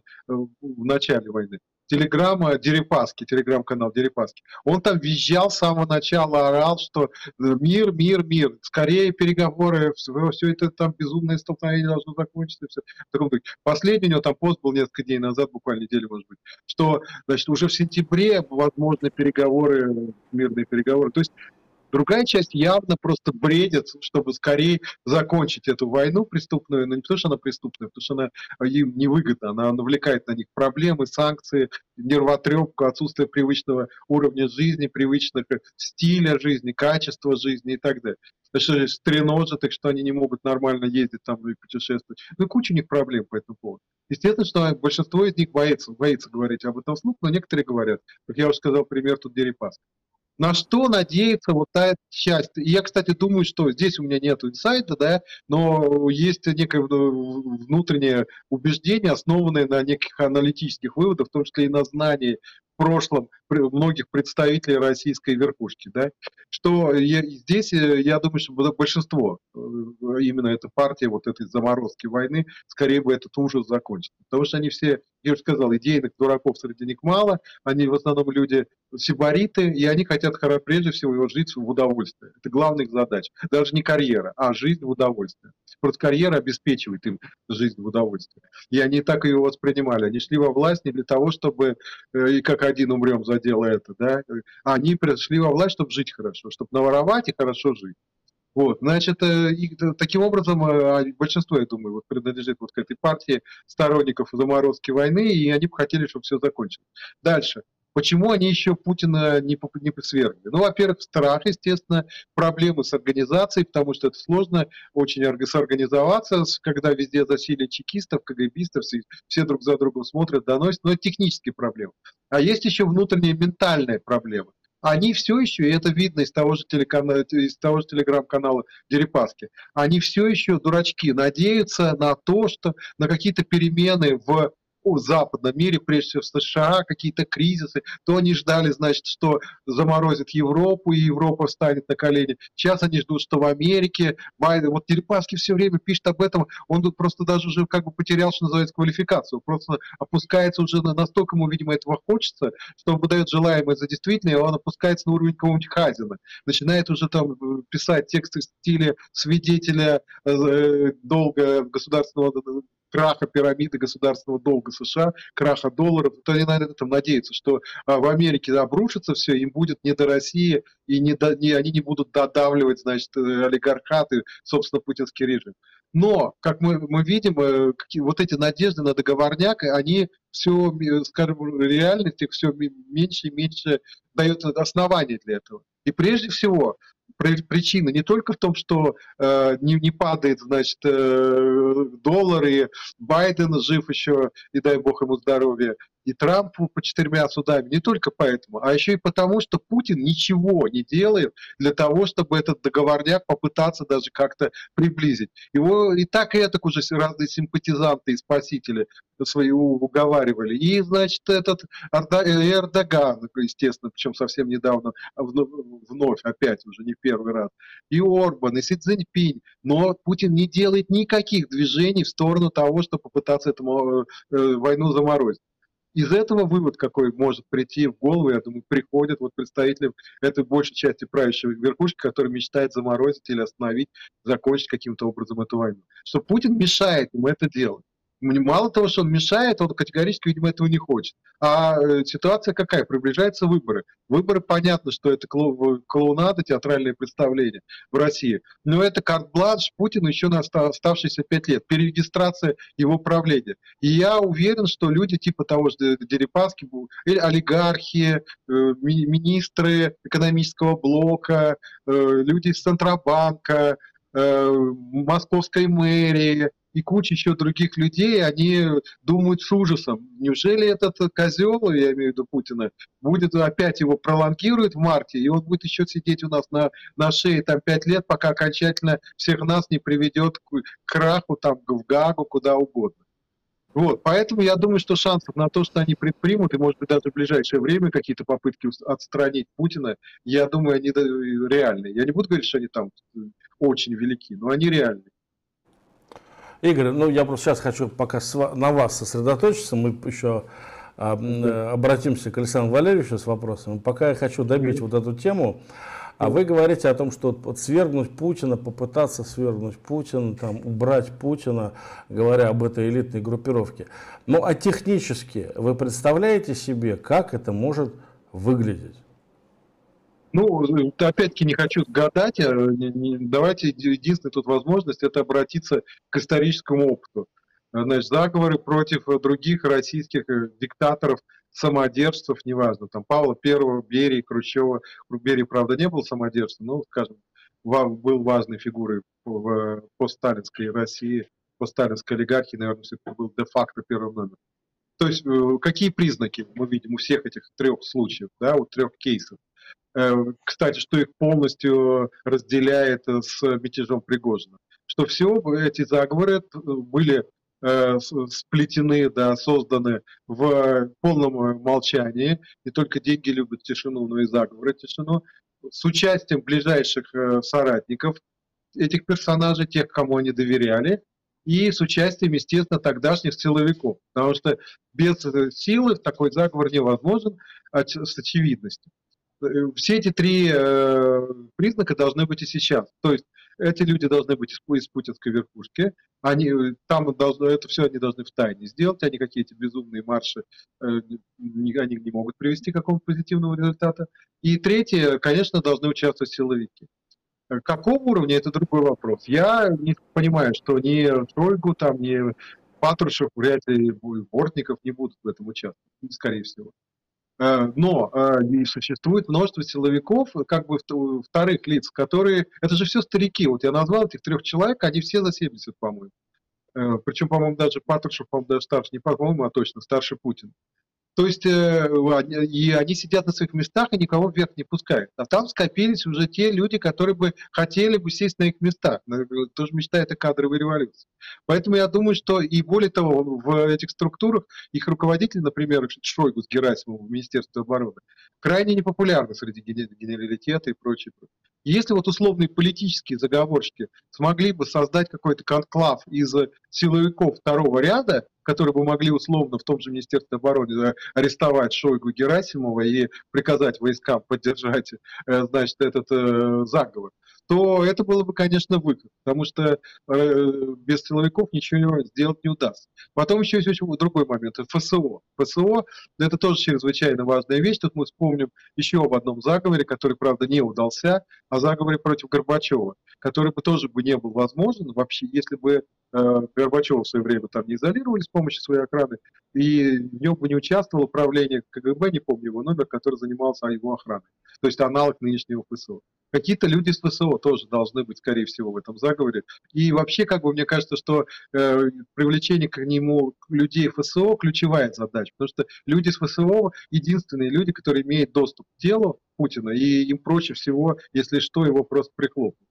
в начале войны, Телеграма Дерипаски, телеграм-канал Дерипаски. Он там визжал с самого начала, орал, что мир, мир, мир, скорее переговоры, все, все это там безумное столкновение должно закончиться. Все. В таком духе. Последний у него там пост был несколько дней назад, буквально неделю, может быть, что, значит, уже в сентябре возможны переговоры, мирные переговоры. То есть другая часть явно просто бредит, чтобы скорее закончить эту войну преступную, но не потому, что она преступная, потому что она им невыгодна, она навлекает на них проблемы, санкции, нервотрепку, отсутствие привычного уровня жизни, привычного стиля жизни, качества жизни и так далее. Что стреножат их, что они не могут нормально ездить там и путешествовать. Ну, куча у них проблем по этому поводу. Естественно, что большинство из них боится, боится говорить об этом вслух, но некоторые говорят. Как я уже сказал, пример тут Дерипаска. На что надеется вот та часть? И я, кстати, думаю, что здесь у меня нет инсайта, да, но есть некое внутреннее убеждение, основанное на неких аналитических выводах, в том числе и на знании в прошлом многих представителей российской верхушки, да, что я, здесь, я думаю, что большинство, именно эта партия вот этой заморозки войны, скорее бы этот ужас закончил. Потому что они все, я уже сказал, идейных дураков среди них мало, они в основном люди сибариты, и они хотят прежде всего жить в удовольствии. Это главная их задача. Даже не карьера, а жизнь в удовольствии. Просто карьера обеспечивает им жизнь в удовольствии. И они так ее воспринимали. Они шли во власть не для того, чтобы и как один умрем за дело это, да, а они пришли во власть, чтобы жить хорошо, чтобы наворовать и хорошо жить. Вот, значит, и, таким образом большинство, я думаю, вот, принадлежит вот к этой партии сторонников заморозки войны, и они бы хотели, чтобы все закончилось. Дальше. Почему они еще Путина не, не свергли? Ну, во-первых, страх, естественно, проблемы с организацией, потому что это сложно очень сорганизоваться, когда везде засилие чекистов, КГБистов, все, все друг за другом смотрят, доносят, но это технические проблемы. А есть еще внутренняя ментальная проблема. Они все еще, и это видно из того же, телеканала, из того же телеграм-канала Дерипаски, они все еще, дурачки, надеются на то, что на какие-то перемены в в западном мире, прежде всего в США, какие-то кризисы, то они ждали, значит, что заморозит Европу, и Европа встанет на колени. Сейчас они ждут, что в Америке, Байден, вот Дерипаски все время пишет об этом, он тут просто даже уже как бы потерял, что называется, квалификацию, просто опускается уже настолько ему, видимо, этого хочется, что он выдает желаемое за действительное, и он опускается на уровень какого-нибудь Хазина, начинает уже там писать тексты в стиле свидетеля э, долга государственного краха пирамиды государственного долга США, краха долларов, то они на этом надеются, что а, в Америке обрушится все, им будет не до России, и не до, не, они не будут додавливать, значит, олигархаты, собственно, путинский режим. Но, как мы, мы видим, э, какие, вот эти надежды на договорняк, они все, скажем, в реальности все меньше и меньше дают основания для этого. И прежде всего, причина не только в том, что э, не, не падает, значит, э, доллар, и Байден жив еще, и дай бог ему здоровья, и Трамп по четырьмя судами, не только поэтому, а еще и потому, что Путин ничего не делает для того, чтобы этот договорняк попытаться даже как-то приблизить. Его и так и так уже разные симпатизанты и спасители свои уговаривали. И, значит, этот Эрдоган, естественно, причем совсем недавно, вновь, опять уже не первый, первый раз, и Орбан, и Си Цзиньпинь, но Путин не делает никаких движений в сторону того, чтобы попытаться эту э, войну заморозить. Из этого вывод какой может прийти в голову, я думаю, приходит вот представителям этой большей части правящей верхушки, который мечтает заморозить или остановить, закончить каким-то образом эту войну. Что Путин мешает им это делать. Мало того, что он мешает, он категорически, видимо, этого не хочет. А ситуация какая? Приближаются выборы. Выборы, понятно, что это клоунада, театральное представление в России. Но это карт-бланш Путину еще на оставшиеся пять лет. Перерегистрация его правления. И я уверен, что люди типа того же Дерипаски, олигархи, министры экономического блока, люди из Центробанка, московской мэрии, и куча еще других людей, они думают с ужасом, неужели этот козел, я имею в виду Путина, будет опять его пролонгирует в марте, и он будет еще сидеть у нас на, на шее там пять лет, пока окончательно всех нас не приведет к краху там в Гаагу, куда угодно. Вот, поэтому я думаю, что шансов на то, что они предпримут, и может быть даже в ближайшее время какие-то попытки отстранить Путина, я думаю, они реальные. Я не буду говорить, что они там очень велики, но они реальные. Игорь, ну я просто сейчас хочу пока на вас сосредоточиться, мы еще а, обратимся к Александру Валерьевичу с вопросом. Пока я хочу добить вот эту тему. А вы говорите о том, что вот свергнуть Путина, попытаться свергнуть Путина, там, убрать Путина, говоря об этой элитной группировке. Ну а технически вы представляете себе, как это может выглядеть? Ну, опять-таки не хочу гадать, давайте единственная тут возможность это обратиться к историческому опыту. Значит, заговоры против других российских диктаторов, самодержцев, неважно, там Павла Первого, Берии, Хрущева. Берии, правда, не был самодержцем, но, скажем, был важной фигурой в постсталинской России, постсталинской олигархии, наверное, все-таки был де-факто первым номером. То есть, какие признаки мы видим у всех этих трех случаев, да, у трех кейсов? Кстати, что их полностью разделяет с мятежом Пригожина. Что все эти заговоры были э, сплетены, да, созданы в полном молчании. Не только деньги любят тишину, но и заговоры тишину. С участием ближайших э, соратников этих персонажей, тех, кому они доверяли. И с участием, естественно, тогдашних силовиков. Потому что без силы такой заговор невозможен с очевидностью. Все эти три э, признака должны быть и сейчас. То есть эти люди должны быть из, из путинской верхушки. Они, там должно, это все они должны в тайне сделать. Они какие-то безумные марши, э, не, они не могут привести к какому-то позитивному результату. И третье, конечно, должны участвовать силовики. Какого уровня, это другой вопрос. Я не понимаю, что ни Шойгу, там, ни Патрушев, вряд ли Бортников не будут в этом участвовать, скорее всего. Но и существует множество силовиков, как бы вторых лиц, которые... Это же все старики. Вот я назвал этих трех человек, они все за семьдесят, по-моему. Причем, по-моему, даже Патрушев, по-моему, даже старше, не по-моему, а точно, старше Путина. То есть э, и они сидят на своих местах и никого вверх не пускают. А там скопились уже те люди, которые бы хотели бы сесть на их местах. Тоже мечтает о кадровой революции. Поэтому я думаю, что и более того, в этих структурах их руководители, например, Шойгу с Герасимовым в Министерстве обороны, крайне непопулярны среди генералитета и прочее. Если вот условные политические заговорщики смогли бы создать какой-то конклав из силовиков второго ряда, которые бы могли условно в том же Министерстве обороны арестовать Шойгу и Герасимова и приказать войскам поддержать, значит, этот э, заговор, то это было бы, конечно, выход, потому что э, без силовиков ничего сделать не удастся. Потом еще есть очень другой момент, это ФСО. ФСО – это тоже чрезвычайно важная вещь. Тут мы вспомним еще об одном заговоре, который, правда, не удался, о заговоре против Горбачева, который бы тоже бы не был возможен вообще, если бы Горбачева в свое время там не изолировали с помощью своей охраны, и в нем бы не участвовало управление КГБ, не помню его номер, который занимался его охраной. То есть аналог нынешнего ФСО. Какие-то люди из ФСО тоже должны быть, скорее всего, в этом заговоре. И вообще, как бы, мне кажется, что э, привлечение к нему людей ФСО – ключевая задача, потому что люди из ФСО – единственные люди, которые имеют доступ к телу Путина, и им проще всего, если что, его просто прихлопнуть.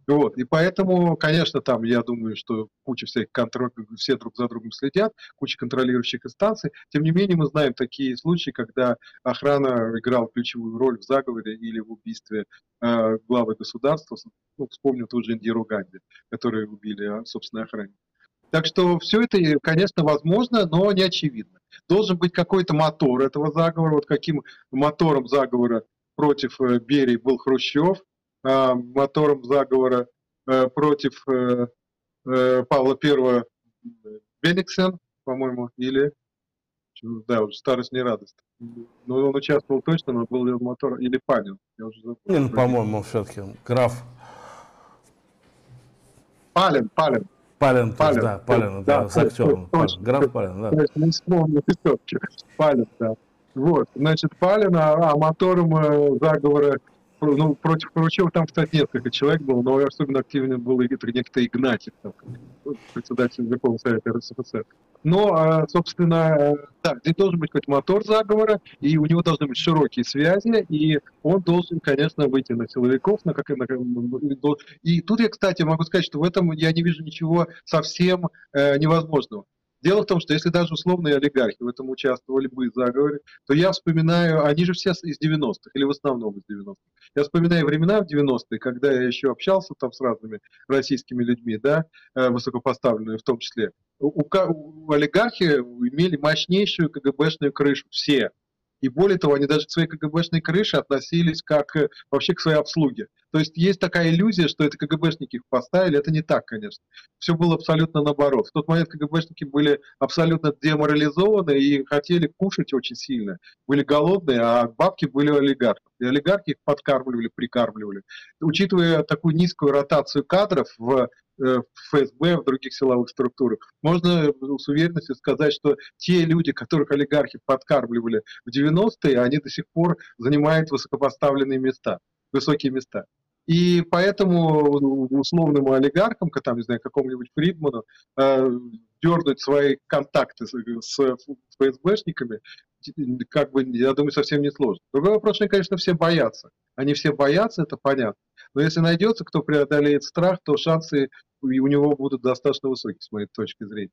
Вот, и поэтому, конечно, там, я думаю, что куча всяких контроль, все друг за другом следят, куча контролирующих инстанций. Тем не менее, мы знаем такие случаи, когда охрана играла ключевую роль в заговоре или в убийстве э, главы государства. Ну, вспомню тот же Индиру Ганди, которые убили собственной охране. Так что все это, конечно, возможно, но не очевидно. Должен быть какой-то мотор этого заговора. Вот каким мотором заговора против Берии был Хрущев, мотором заговора против Павла Первого Бениксен, по-моему, или, да, уже старость не радость. Но он участвовал точно, но был ли он мотор, или Панин. Я уже забыл. Панин, по-моему, все-таки, граф. Палин, Палин. Палин, Палин, да, Палин, да, с актером. Палин, граф Палин, да. Не вспомнил все-таки. Палин, да. Вот, значит, Палин, а, а мотором э, заговора ну, против Хрущева там, кстати, несколько человек было, но особенно активен был некто Игнатьев, там, председатель Верховного Совета РСФСР. Но, собственно, да, здесь должен быть какой-то мотор заговора, и у него должны быть широкие связи, и он должен, конечно, выйти на силовиков, на как, на, и тут я, кстати, могу сказать, что в этом я не вижу ничего совсем э, невозможного. Дело в том, что если даже условные олигархи в этом участвовали бы в заговоре, то я вспоминаю, они же все из девяностых, или в основном из девяностых. Я вспоминаю времена в девяностые, когда я еще общался там с разными российскими людьми, да, высокопоставленными в том числе. У, у олигархи имели мощнейшую КГБшную крышу, все. И более того, они даже к своей КГБшной крыше относились как вообще к своей обслуге. То есть есть такая иллюзия, что это КГБшники их поставили. Это не так, конечно. Все было абсолютно наоборот. В тот момент КГБшники были абсолютно деморализованы и хотели кушать очень сильно. Были голодные, а бабки были у олигархов. И олигархи их подкармливали, прикармливали. Учитывая такую низкую ротацию кадров в в ФСБ, в других силовых структурах, можно с уверенностью сказать, что те люди, которых олигархи подкармливали в девяностые, они до сих пор занимают высокопоставленные места, высокие места. И поэтому условному олигархам, там, не знаю, какому-нибудь Фридману, э, дернуть свои контакты с, с ФСБшниками, как бы, я думаю, совсем не сложно. Другой вопрос, что, конечно, все боятся. Они все боятся, это понятно. Но если найдется, кто преодолеет страх, то шансы у него будут достаточно высокие, с моей точки зрения.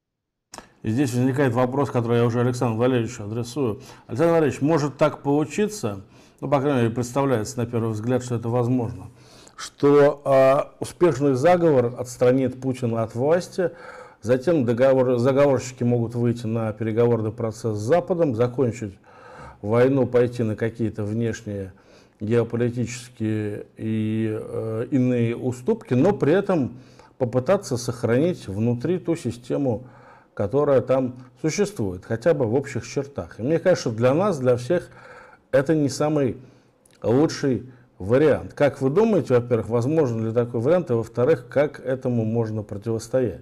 И здесь возникает вопрос, который я уже Александру Валерьевичу адресую. Александр Валерьевич, может так получиться, ну, по крайней мере, представляется на первый взгляд, что это возможно, что э, успешный заговор отстранит Путина от власти, затем договор, заговорщики могут выйти на переговорный процесс с Западом, закончить войну, пойти на какие-то внешние геополитические и э, иные уступки, но при этом попытаться сохранить внутри ту систему, которая там существует, хотя бы в общих чертах. И мне кажется, для нас, для всех, это не самый лучший вариант. Как вы думаете, во-первых, возможен ли такой вариант, и во-вторых, как этому можно противостоять?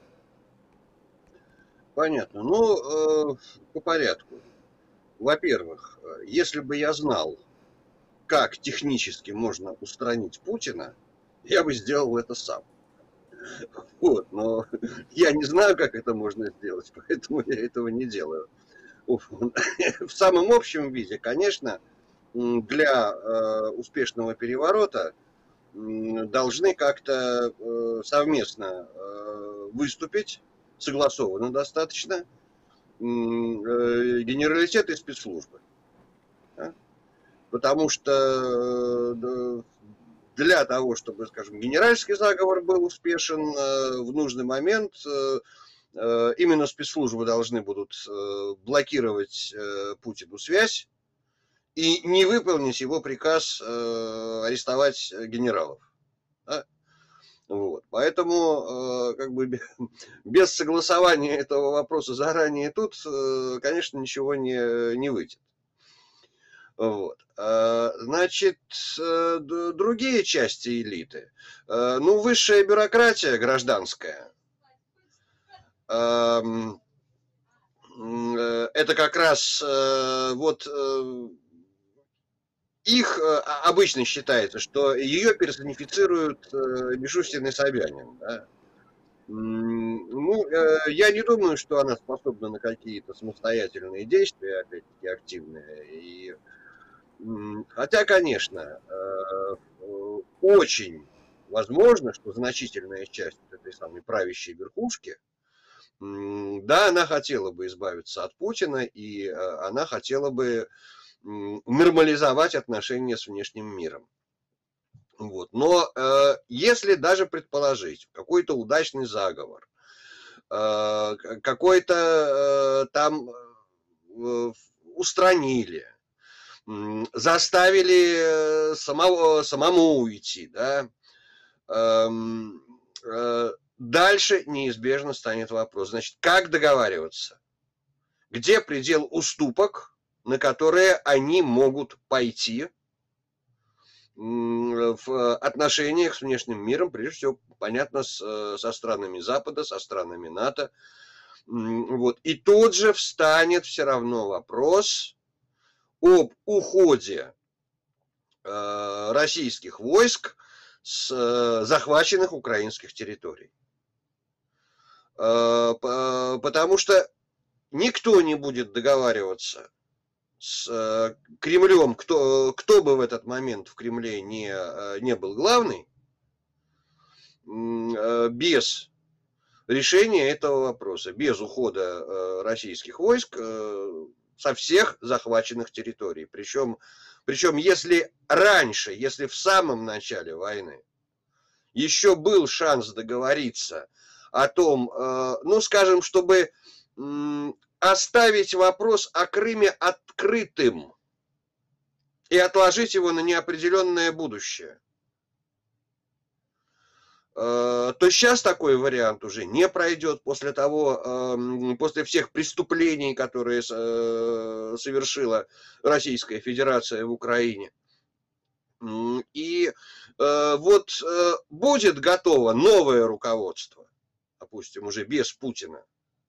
Понятно. Ну, э, по порядку. Во-первых, если бы я знал, как технически можно устранить Путина, я бы сделал это сам. Вот, но я не знаю, как это можно сделать, поэтому я этого не делаю. В самом общем виде, конечно, для э, успешного переворота должны как-то э, совместно э, выступить, согласованно достаточно, э, генералитет и спецслужбы. Да? Потому что э, для того, чтобы, скажем, генеральский заговор был успешен э, в нужный момент, э, э, именно спецслужбы должны будут э, блокировать э, Путину связь и не выполнить его приказ э, арестовать генералов. Да? Вот. Поэтому, э, как бы без согласования этого вопроса заранее тут, э, конечно, ничего не, не выйдет. Вот. Значит, другие части элиты. Ну, высшая бюрократия гражданская. Это как раз вот их обычно считается, что ее персонифицирует Мишустин и Собянин. Да? Ну, я не думаю, что она способна на какие-то самостоятельные действия, опять-таки, активные. И хотя, конечно, очень возможно, что значительная часть этой самой правящей верхушки, да, она хотела бы избавиться от Путина, и она хотела бы нормализовать отношения с внешним миром. Вот. Но э, если даже предположить какой-то удачный заговор, э, какой-то э, там э, устранили, э, заставили самого, самому уйти, да, э, э, дальше неизбежно станет вопрос, значит, как договариваться? Где предел уступок, на которые они могут пойти в отношениях с внешним миром, прежде всего, понятно, с, со странами Запада, со странами НАТО. Вот. И тут же встанет все равно вопрос об уходе э, российских войск с э, захваченных украинских территорий. Э, потому что никто не будет договариваться с Кремлем, кто, кто бы в этот момент в Кремле не, не был главный, без решения этого вопроса, без ухода российских войск со всех захваченных территорий. Причем, причем если раньше, если в самом начале войны еще был шанс договориться о том, ну, скажем, чтобы оставить вопрос о Крыме открытым и отложить его на неопределенное будущее, то сейчас такой вариант уже не пройдет после того, после всех преступлений, которые совершила Российская Федерация в Украине. И вот будет готово новое руководство, допустим, уже без Путина,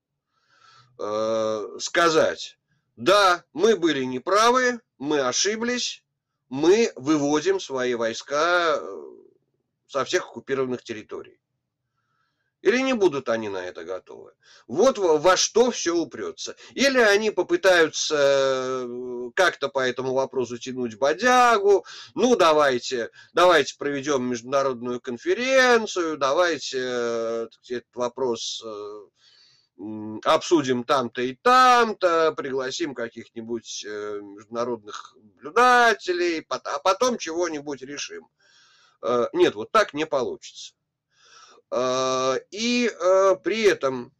сказать: да, мы были неправы, мы ошиблись, мы выводим свои войска со всех оккупированных территорий. Или не будут они на это готовы? Вот во, во что все упрется. Или они попытаются как-то по этому вопросу тянуть бодягу. Ну, давайте, давайте проведем международную конференцию, давайте этот вопрос обсудим там-то и там-то, пригласим каких-нибудь международных наблюдателей, а потом чего-нибудь решим. Нет, вот так не получится. И при этом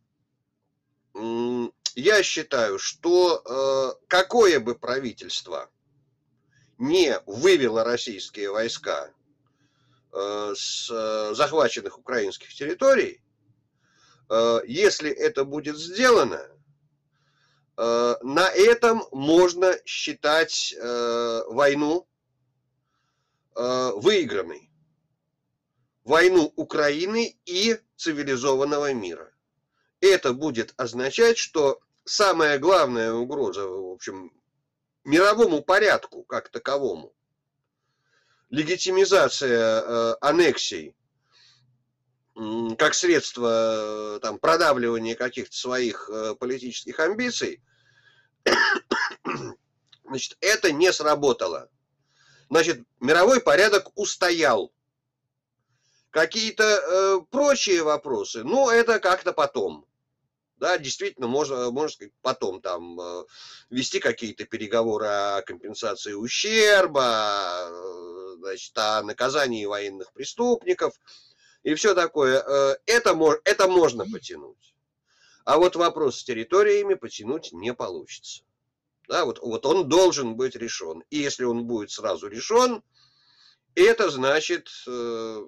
я считаю, что какое бы правительство не вывело российские войска с захваченных украинских территорий, если это будет сделано, на этом можно считать войну выигранной. Войну Украины и цивилизованного мира. Это будет означать, что самая главная угроза, в общем, мировому порядку как таковому, легитимизация э, аннексий как средство там, продавливания каких-то своих э, политических амбиций, значит, это не сработало. Значит, мировой порядок устоял. Какие-то э, прочие вопросы, ну, это как-то потом. Да, действительно, можно, можно сказать, потом там э, вести какие-то переговоры о компенсации ущерба, э, значит, о наказании военных преступников и все такое. Э, это, это можно потянуть. А вот вопрос с территориями потянуть не получится. Да, вот, вот он должен быть решен. И если он будет сразу решен, это значит... Э,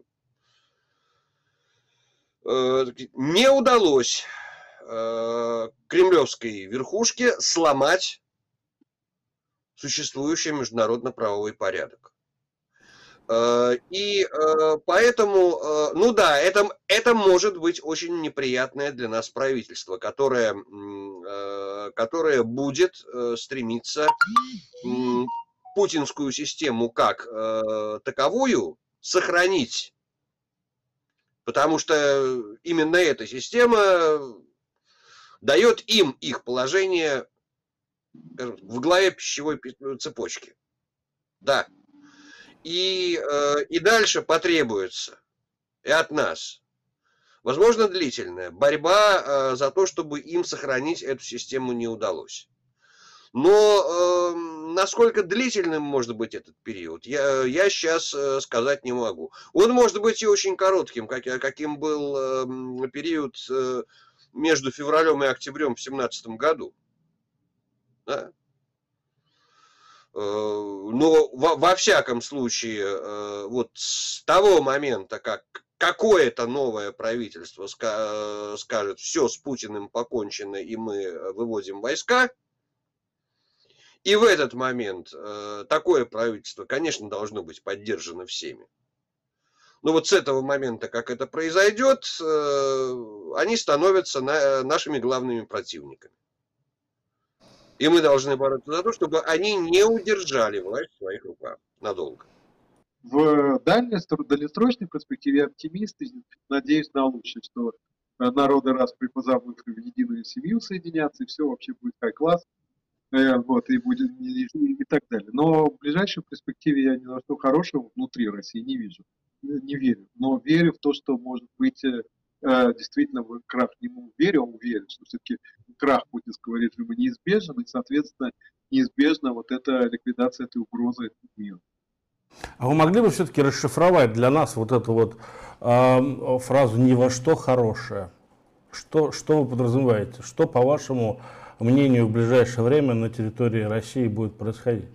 не удалось э, кремлевской верхушке сломать существующий международно-правовой порядок. Э, и э, поэтому, э, ну да, это, это может быть очень неприятное для нас правительство, которое, э, которое будет э, стремиться э, путинскую систему как э, таковую сохранить. Потому что именно эта система дает им их положение в главе пищевой цепочки. Да. И, и дальше потребуется и от нас. Возможно, длительная. Борьба за то, чтобы им сохранить эту систему, не удалось. Но э, насколько длительным может быть этот период, я, я сейчас э, сказать не могу. Он может быть и очень коротким, как, каким был э, период э, между февралем и октябрем в две тысячи семнадцатом году. Да? Э, но во, во всяком случае, э, вот с того момента, как какое-то новое правительство ска, скажет, все, с Путиным покончено, и мы выводим войска, и в этот момент э, такое правительство, конечно, должно быть поддержано всеми. Но вот с этого момента, как это произойдет, э, они становятся на, нашими главными противниками. И мы должны бороться за то, чтобы они не удержали власть в своих руках надолго. В дальней, дальнесрочной перспективе я оптимист и надеюсь на лучшее, что народы раз припозовут в единую семью соединятся, и все вообще будет хай-класс. Вот, и будет и, и так далее. Но в ближайшей перспективе я ни на что хорошего внутри России не вижу, не верю. Но верю в то, что может быть э, действительно крах, не верю, а уверен, что все-таки крах путинского режима неизбежен, и, соответственно, неизбежна вот эта ликвидация этой угрозы миру. А вы могли бы все-таки расшифровать для нас вот эту вот э, фразу «ни во что хорошее»? Что, что вы подразумеваете? Что, по вашему мнению, в ближайшее время на территории России будет происходить?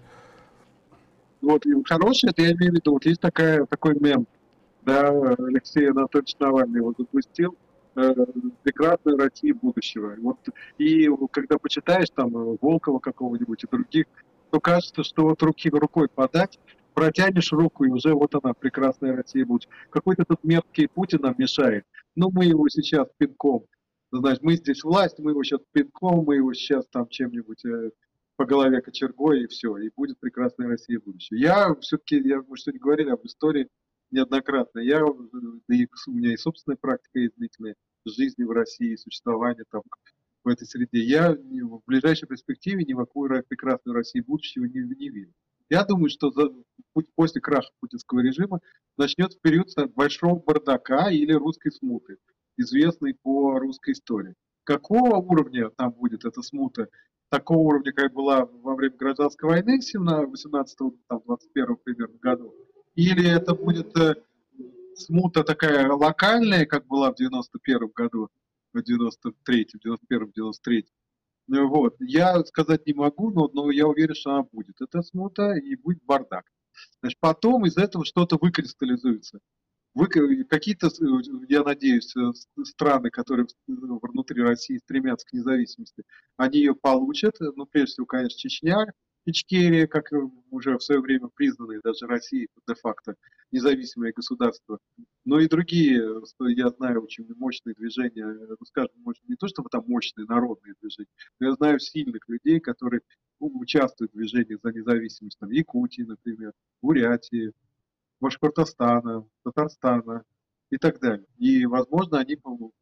Вот, и хорошее, это я имею в виду, вот есть такая, такой мем, да, Алексей Анатольевич Навальный его запустил, э, прекрасная Россия будущего. Вот, и когда почитаешь там Волкова какого-нибудь и других, то кажется, что вот руки рукой подать, протянешь руку, и уже вот она, прекрасная Россия будущего. Какой-то тут мерзкий Путин нам мешает, но мы его сейчас пинком. Значит, мы здесь власть, мы его сейчас пинком, мы его сейчас там чем-нибудь э, по голове кочергой, и все, и будет прекрасная Россия будущее. Я все-таки, я, мы сегодня говорили об истории неоднократно, я, да и у меня и собственная практика есть длительная жизни в России, существования там в этой среде. Я в ближайшей перспективе ни в какую прекрасную Россию будущего не, не верю. Я думаю, что за, после краха путинского режима начнется период большого бардака или русской смуты, известный по русской истории. Какого уровня там будет эта смута? Такого уровня, как была во время гражданской войны в восемнадцатом двадцать первом примерно году? Или это будет э, смута такая локальная, как была в девяносто первом году, в девяносто третьем, девяносто первом, девяносто третьем? Вот. Я сказать не могу, но, но я уверен, что она будет. Это смута и будет бардак. Значит, потом из этого что-то выкристаллизуется. Вы, какие-то, я надеюсь, страны, которые внутри России стремятся к независимости, они ее получат. Ну, прежде всего, конечно, Чечня, Ичкерия, как уже в свое время признанные даже Россией де-факто независимые государства. Но и другие, я знаю, очень мощные движения, ну, скажем, может, не то, чтобы там мощные народные движения, но я знаю сильных людей, которые участвуют в движении за независимость, там, Якутии, например, Бурятии, Башкортостана, Татарстана и так далее. И, возможно, они,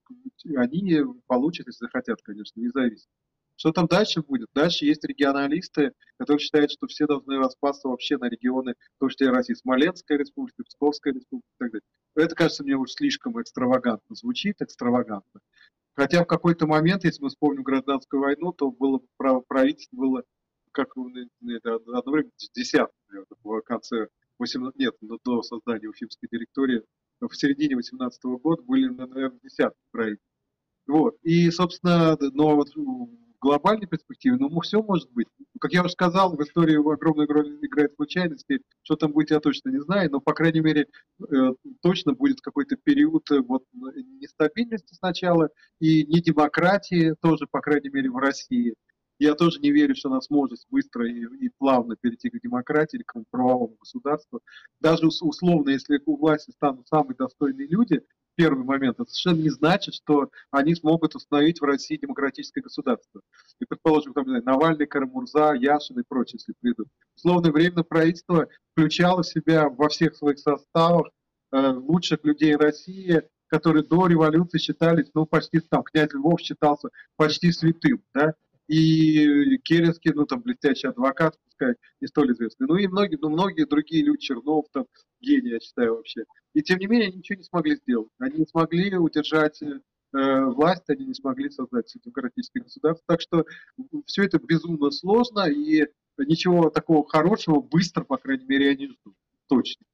они получат, если захотят, конечно, независимость. Что там дальше будет? Дальше есть регионалисты, которые считают, что все должны распасться вообще на регионы, в том числе России, Смоленская республика, Псковская республика и так далее. Это, кажется, мне уж слишком экстравагантно звучит, экстравагантно. Хотя в какой-то момент, если мы вспомним гражданскую войну, то было правительство было, как одно время, десятое, в конце восемнадцатого, нет, до создания Уфимской директории, в середине восемнадцатого года были, наверное, десятки правительств. Вот. И, собственно, но вот в глобальной перспективе, ну, все может быть. Как я уже сказал, в истории огромную роль играет случайности. Что там будет, я точно не знаю, но, по крайней мере, точно будет какой-то период вот, нестабильности сначала и недемократии тоже, по крайней мере, в России. Я тоже не верю, что она сможет быстро и, и плавно перейти к демократии или к правовому государству. Даже условно, если у власти станут самые достойные люди, в первый момент, это совершенно не значит, что они смогут установить в России демократическое государство. И, предположим, там, не знаю, Навальный, Карамурза, Яшин и прочие, если придут. Условное временное правительство включало в себя во всех своих составах э, лучших людей России, которые до революции считались, ну, почти, там, князь Львов считался почти святым, да, и Керенский, ну, там, блестящий адвокат, сказать, не столь известные. Ну и многие, ну, многие другие люди, Чернов, там, гений, я считаю, вообще. И тем не менее, они ничего не смогли сделать. Они не смогли удержать э, власть, они не смогли создать демократическое государство. Так что все это безумно сложно, и ничего такого хорошего быстро, по крайней мере, я не жду. Точно.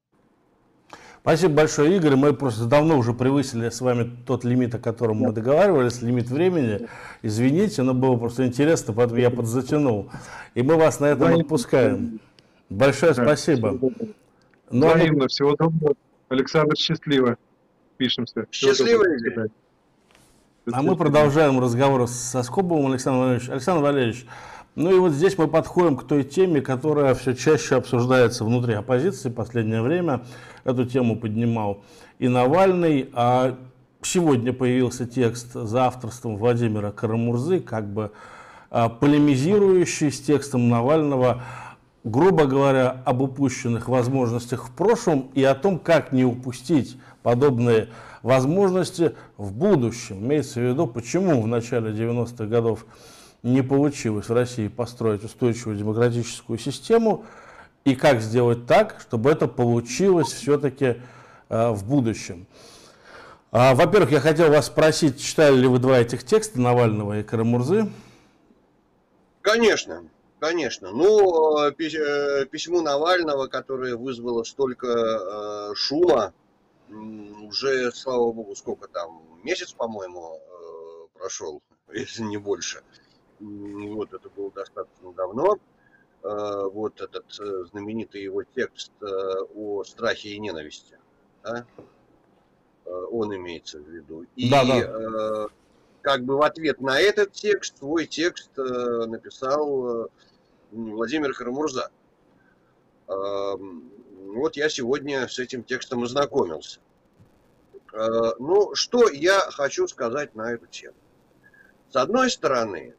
Спасибо большое, Игорь. Мы просто давно уже превысили с вами тот лимит, о котором мы договаривались, лимит времени. Извините, но было просто интересно, поэтому я подзатянул. И мы вас на этом отпускаем. Большое спасибо. Ну, взаимно. Всего доброго. Александр, счастливо. Пишемся. Счастливо. А мы продолжаем разговор со Скобовым Александром Валерьевичем. Александр Валерьевич, ну и вот здесь мы подходим к той теме, которая все чаще обсуждается внутри оппозиции в последнее время. Эту тему поднимал и Навальный, а сегодня появился текст за авторством Владимира Кара-Мурзы, как бы полемизирующий с текстом Навального, грубо говоря, об упущенных возможностях в прошлом и о том, как не упустить подобные возможности в будущем. Имеется в виду, почему в начале девяностых годов не получилось в России построить устойчивую демократическую систему, и как сделать так, чтобы это получилось все-таки э, в будущем. А, во-первых, я хотел вас спросить, читали ли вы два этих текста, Навального и Кара-Мурзы? Конечно, конечно. Ну, письмо Навального, которое вызвало столько э, шума, уже, слава богу, сколько там, месяц, по-моему, э, прошел, если не больше. Вот, это было достаточно давно. Вот этот знаменитый его текст о страхе и ненависти, да? Он имеется в виду. И да, да. Как бы в ответ на этот текст свой текст написал Владимир Кара-Мурза. Вот я сегодня с этим текстом ознакомился. Ну, что я хочу сказать на эту тему. С одной стороны,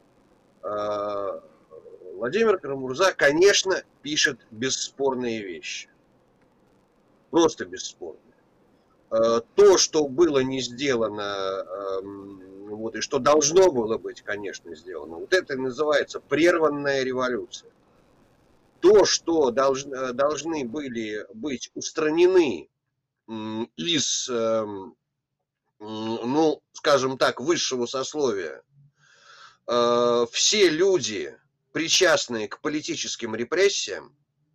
Владимир Кара-Мурза, конечно, пишет бесспорные вещи. Просто бесспорные. То, что было не сделано, вот, и что должно было быть, конечно, сделано, вот это и называется прерванная революция. То, что должны, должны были быть устранены из, ну, скажем так, высшего сословия, все люди, причастные к политическим репрессиям,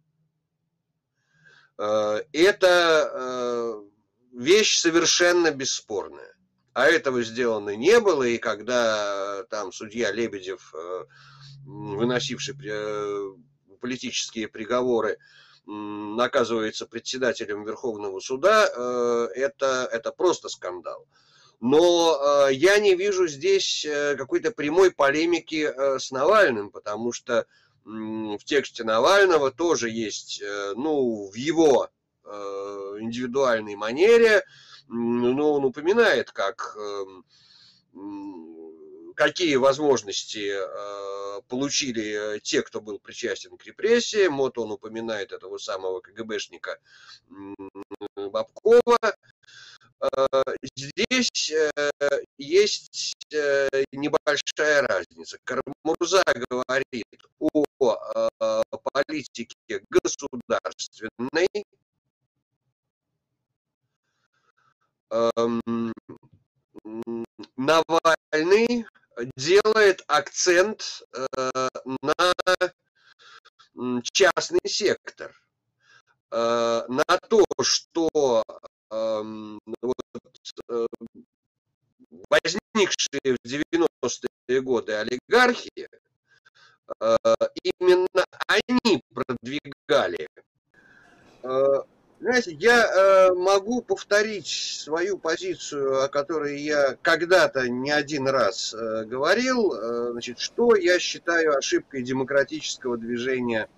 это вещь совершенно бесспорная. А этого сделано не было, и когда там судья Лебедев, выносивший политические приговоры, оказывается председателем Верховного суда, это, это просто скандал. Но я не вижу здесь какой-то прямой полемики с Навальным, потому что в тексте Навального тоже есть, ну, в его индивидуальной манере, но он упоминает, как, какие возможности получили те, кто был причастен к репрессиям. Вот он упоминает этого самого КГБшника Бабкова. Здесь есть небольшая разница. Кара-Мурза говорит о политике государственной, Навальный делает акцент на частный сектор, на то, что возникшие в девяностые годы олигархи, именно они продвигали. Знаете, я могу повторить свою позицию, о которой я когда-то не один раз говорил, значит, что я считаю ошибкой демократического движения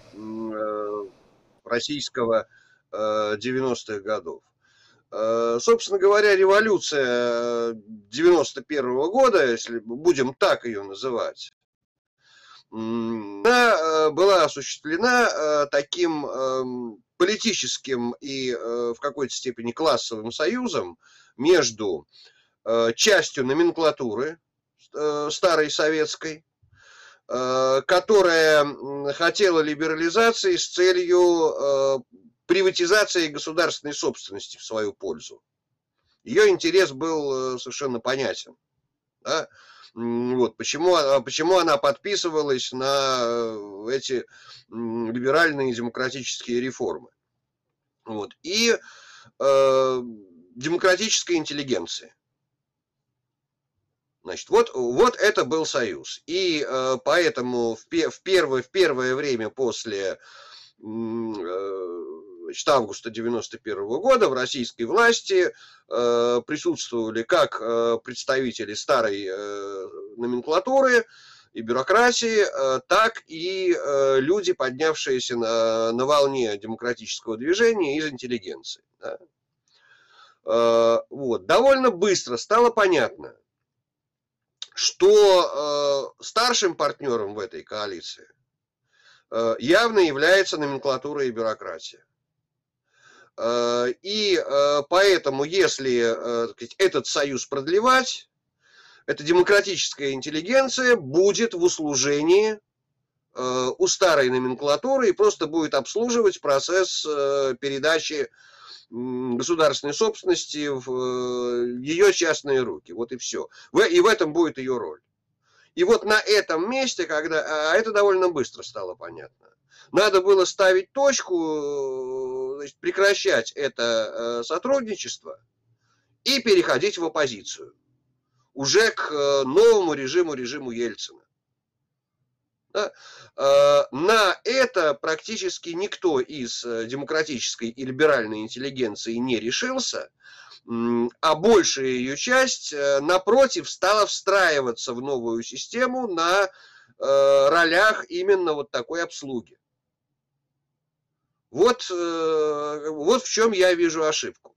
российского девяностых годов. Собственно говоря, революция девяносто первого года, если будем так ее называть, она была осуществлена таким политическим и в какой-то степени классовым союзом между частью номенклатуры старой советской, которая хотела либерализации с целью приватизации государственной собственности в свою пользу. Ее интерес был совершенно понятен. Да? Вот, почему, почему она подписывалась на эти либеральные демократические реформы. Вот. И э, демократической интеллигенции. Значит, вот, вот это был союз. И э, поэтому в, в, первое, в первое время после э, значит, августа девяносто первого года в российской власти э, присутствовали как э, представители старой э, номенклатуры и бюрократии, э, так и э, люди, поднявшиеся на, на волне демократического движения из интеллигенции. Да. Э, вот. Довольно быстро стало понятно, что э, старшим партнером в этой коалиции э, явно является номенклатура и бюрократия. Э, и э, поэтому, если э, этот союз продлевать, эта демократическая интеллигенция будет в услужении э, у старой номенклатуры и просто будет обслуживать процесс э, передачи государственной собственности в ее частные руки. Вот и все. И в этом будет ее роль. И вот на этом месте, когда... А это довольно быстро стало понятно. Надо было ставить точку, значит, прекращать это сотрудничество и переходить в оппозицию. Уже к новому режиму, режиму Ельцина. Да? На это практически никто из демократической и либеральной интеллигенции не решился, а большая ее часть, напротив, стала встраиваться в новую систему на ролях именно вот такой обслуги. Вот, вот в чем я вижу ошибку.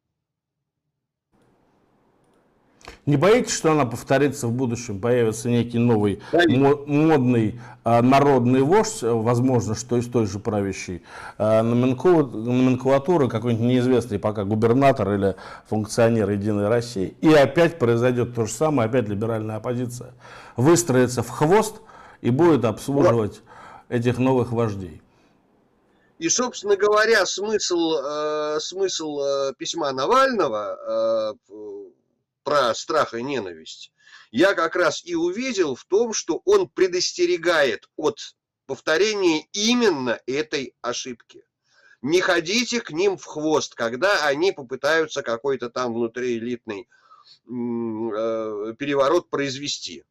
Не боитесь, что она повторится в будущем, появится некий новый модный а, народный вождь, возможно, что из той же правящей а, номенклатуры, какой-нибудь неизвестный пока губернатор или функционер Единой России, и опять произойдет то же самое, опять либеральная оппозиция выстроится в хвост и будет обслуживать этих новых вождей. И, собственно говоря, смысл, э, смысл э, письма Навального э, про страх и ненависть, я как раз и увидел в том, что он предостерегает от повторения именно этой ошибки. Не ходите к ним в хвост, когда они попытаются какой-то там внутриэлитный э, переворот произвести.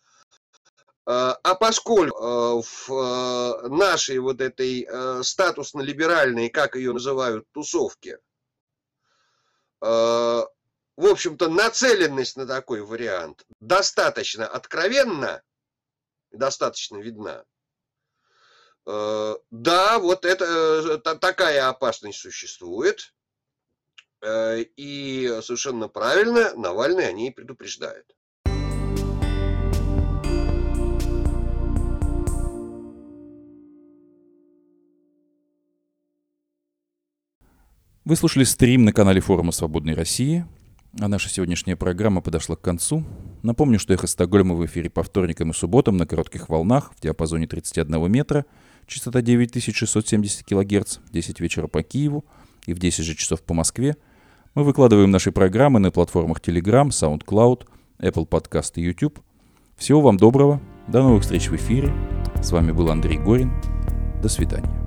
А поскольку в нашей вот этой статусно-либеральной, как ее называют, тусовке, в общем-то, нацеленность на такой вариант достаточно откровенна, достаточно видна, да, вот это, такая опасность существует, и совершенно правильно Навальный о ней предупреждает. Вы слушали стрим на канале Форума Свободной России, а наша сегодняшняя программа подошла к концу. Напомню, что «Эхо Стокгольма» в эфире по вторникам и субботам на коротких волнах в диапазоне тридцать один метра, частота девять тысяч шестьсот семьдесят килогерц, в десять вечера по Киеву и в десять же часов по Москве. Мы выкладываем наши программы на платформах Telegram, SoundCloud, Apple Podcast и YouTube. Всего вам доброго, до новых встреч в эфире. С вами был Андрей Горин. До свидания.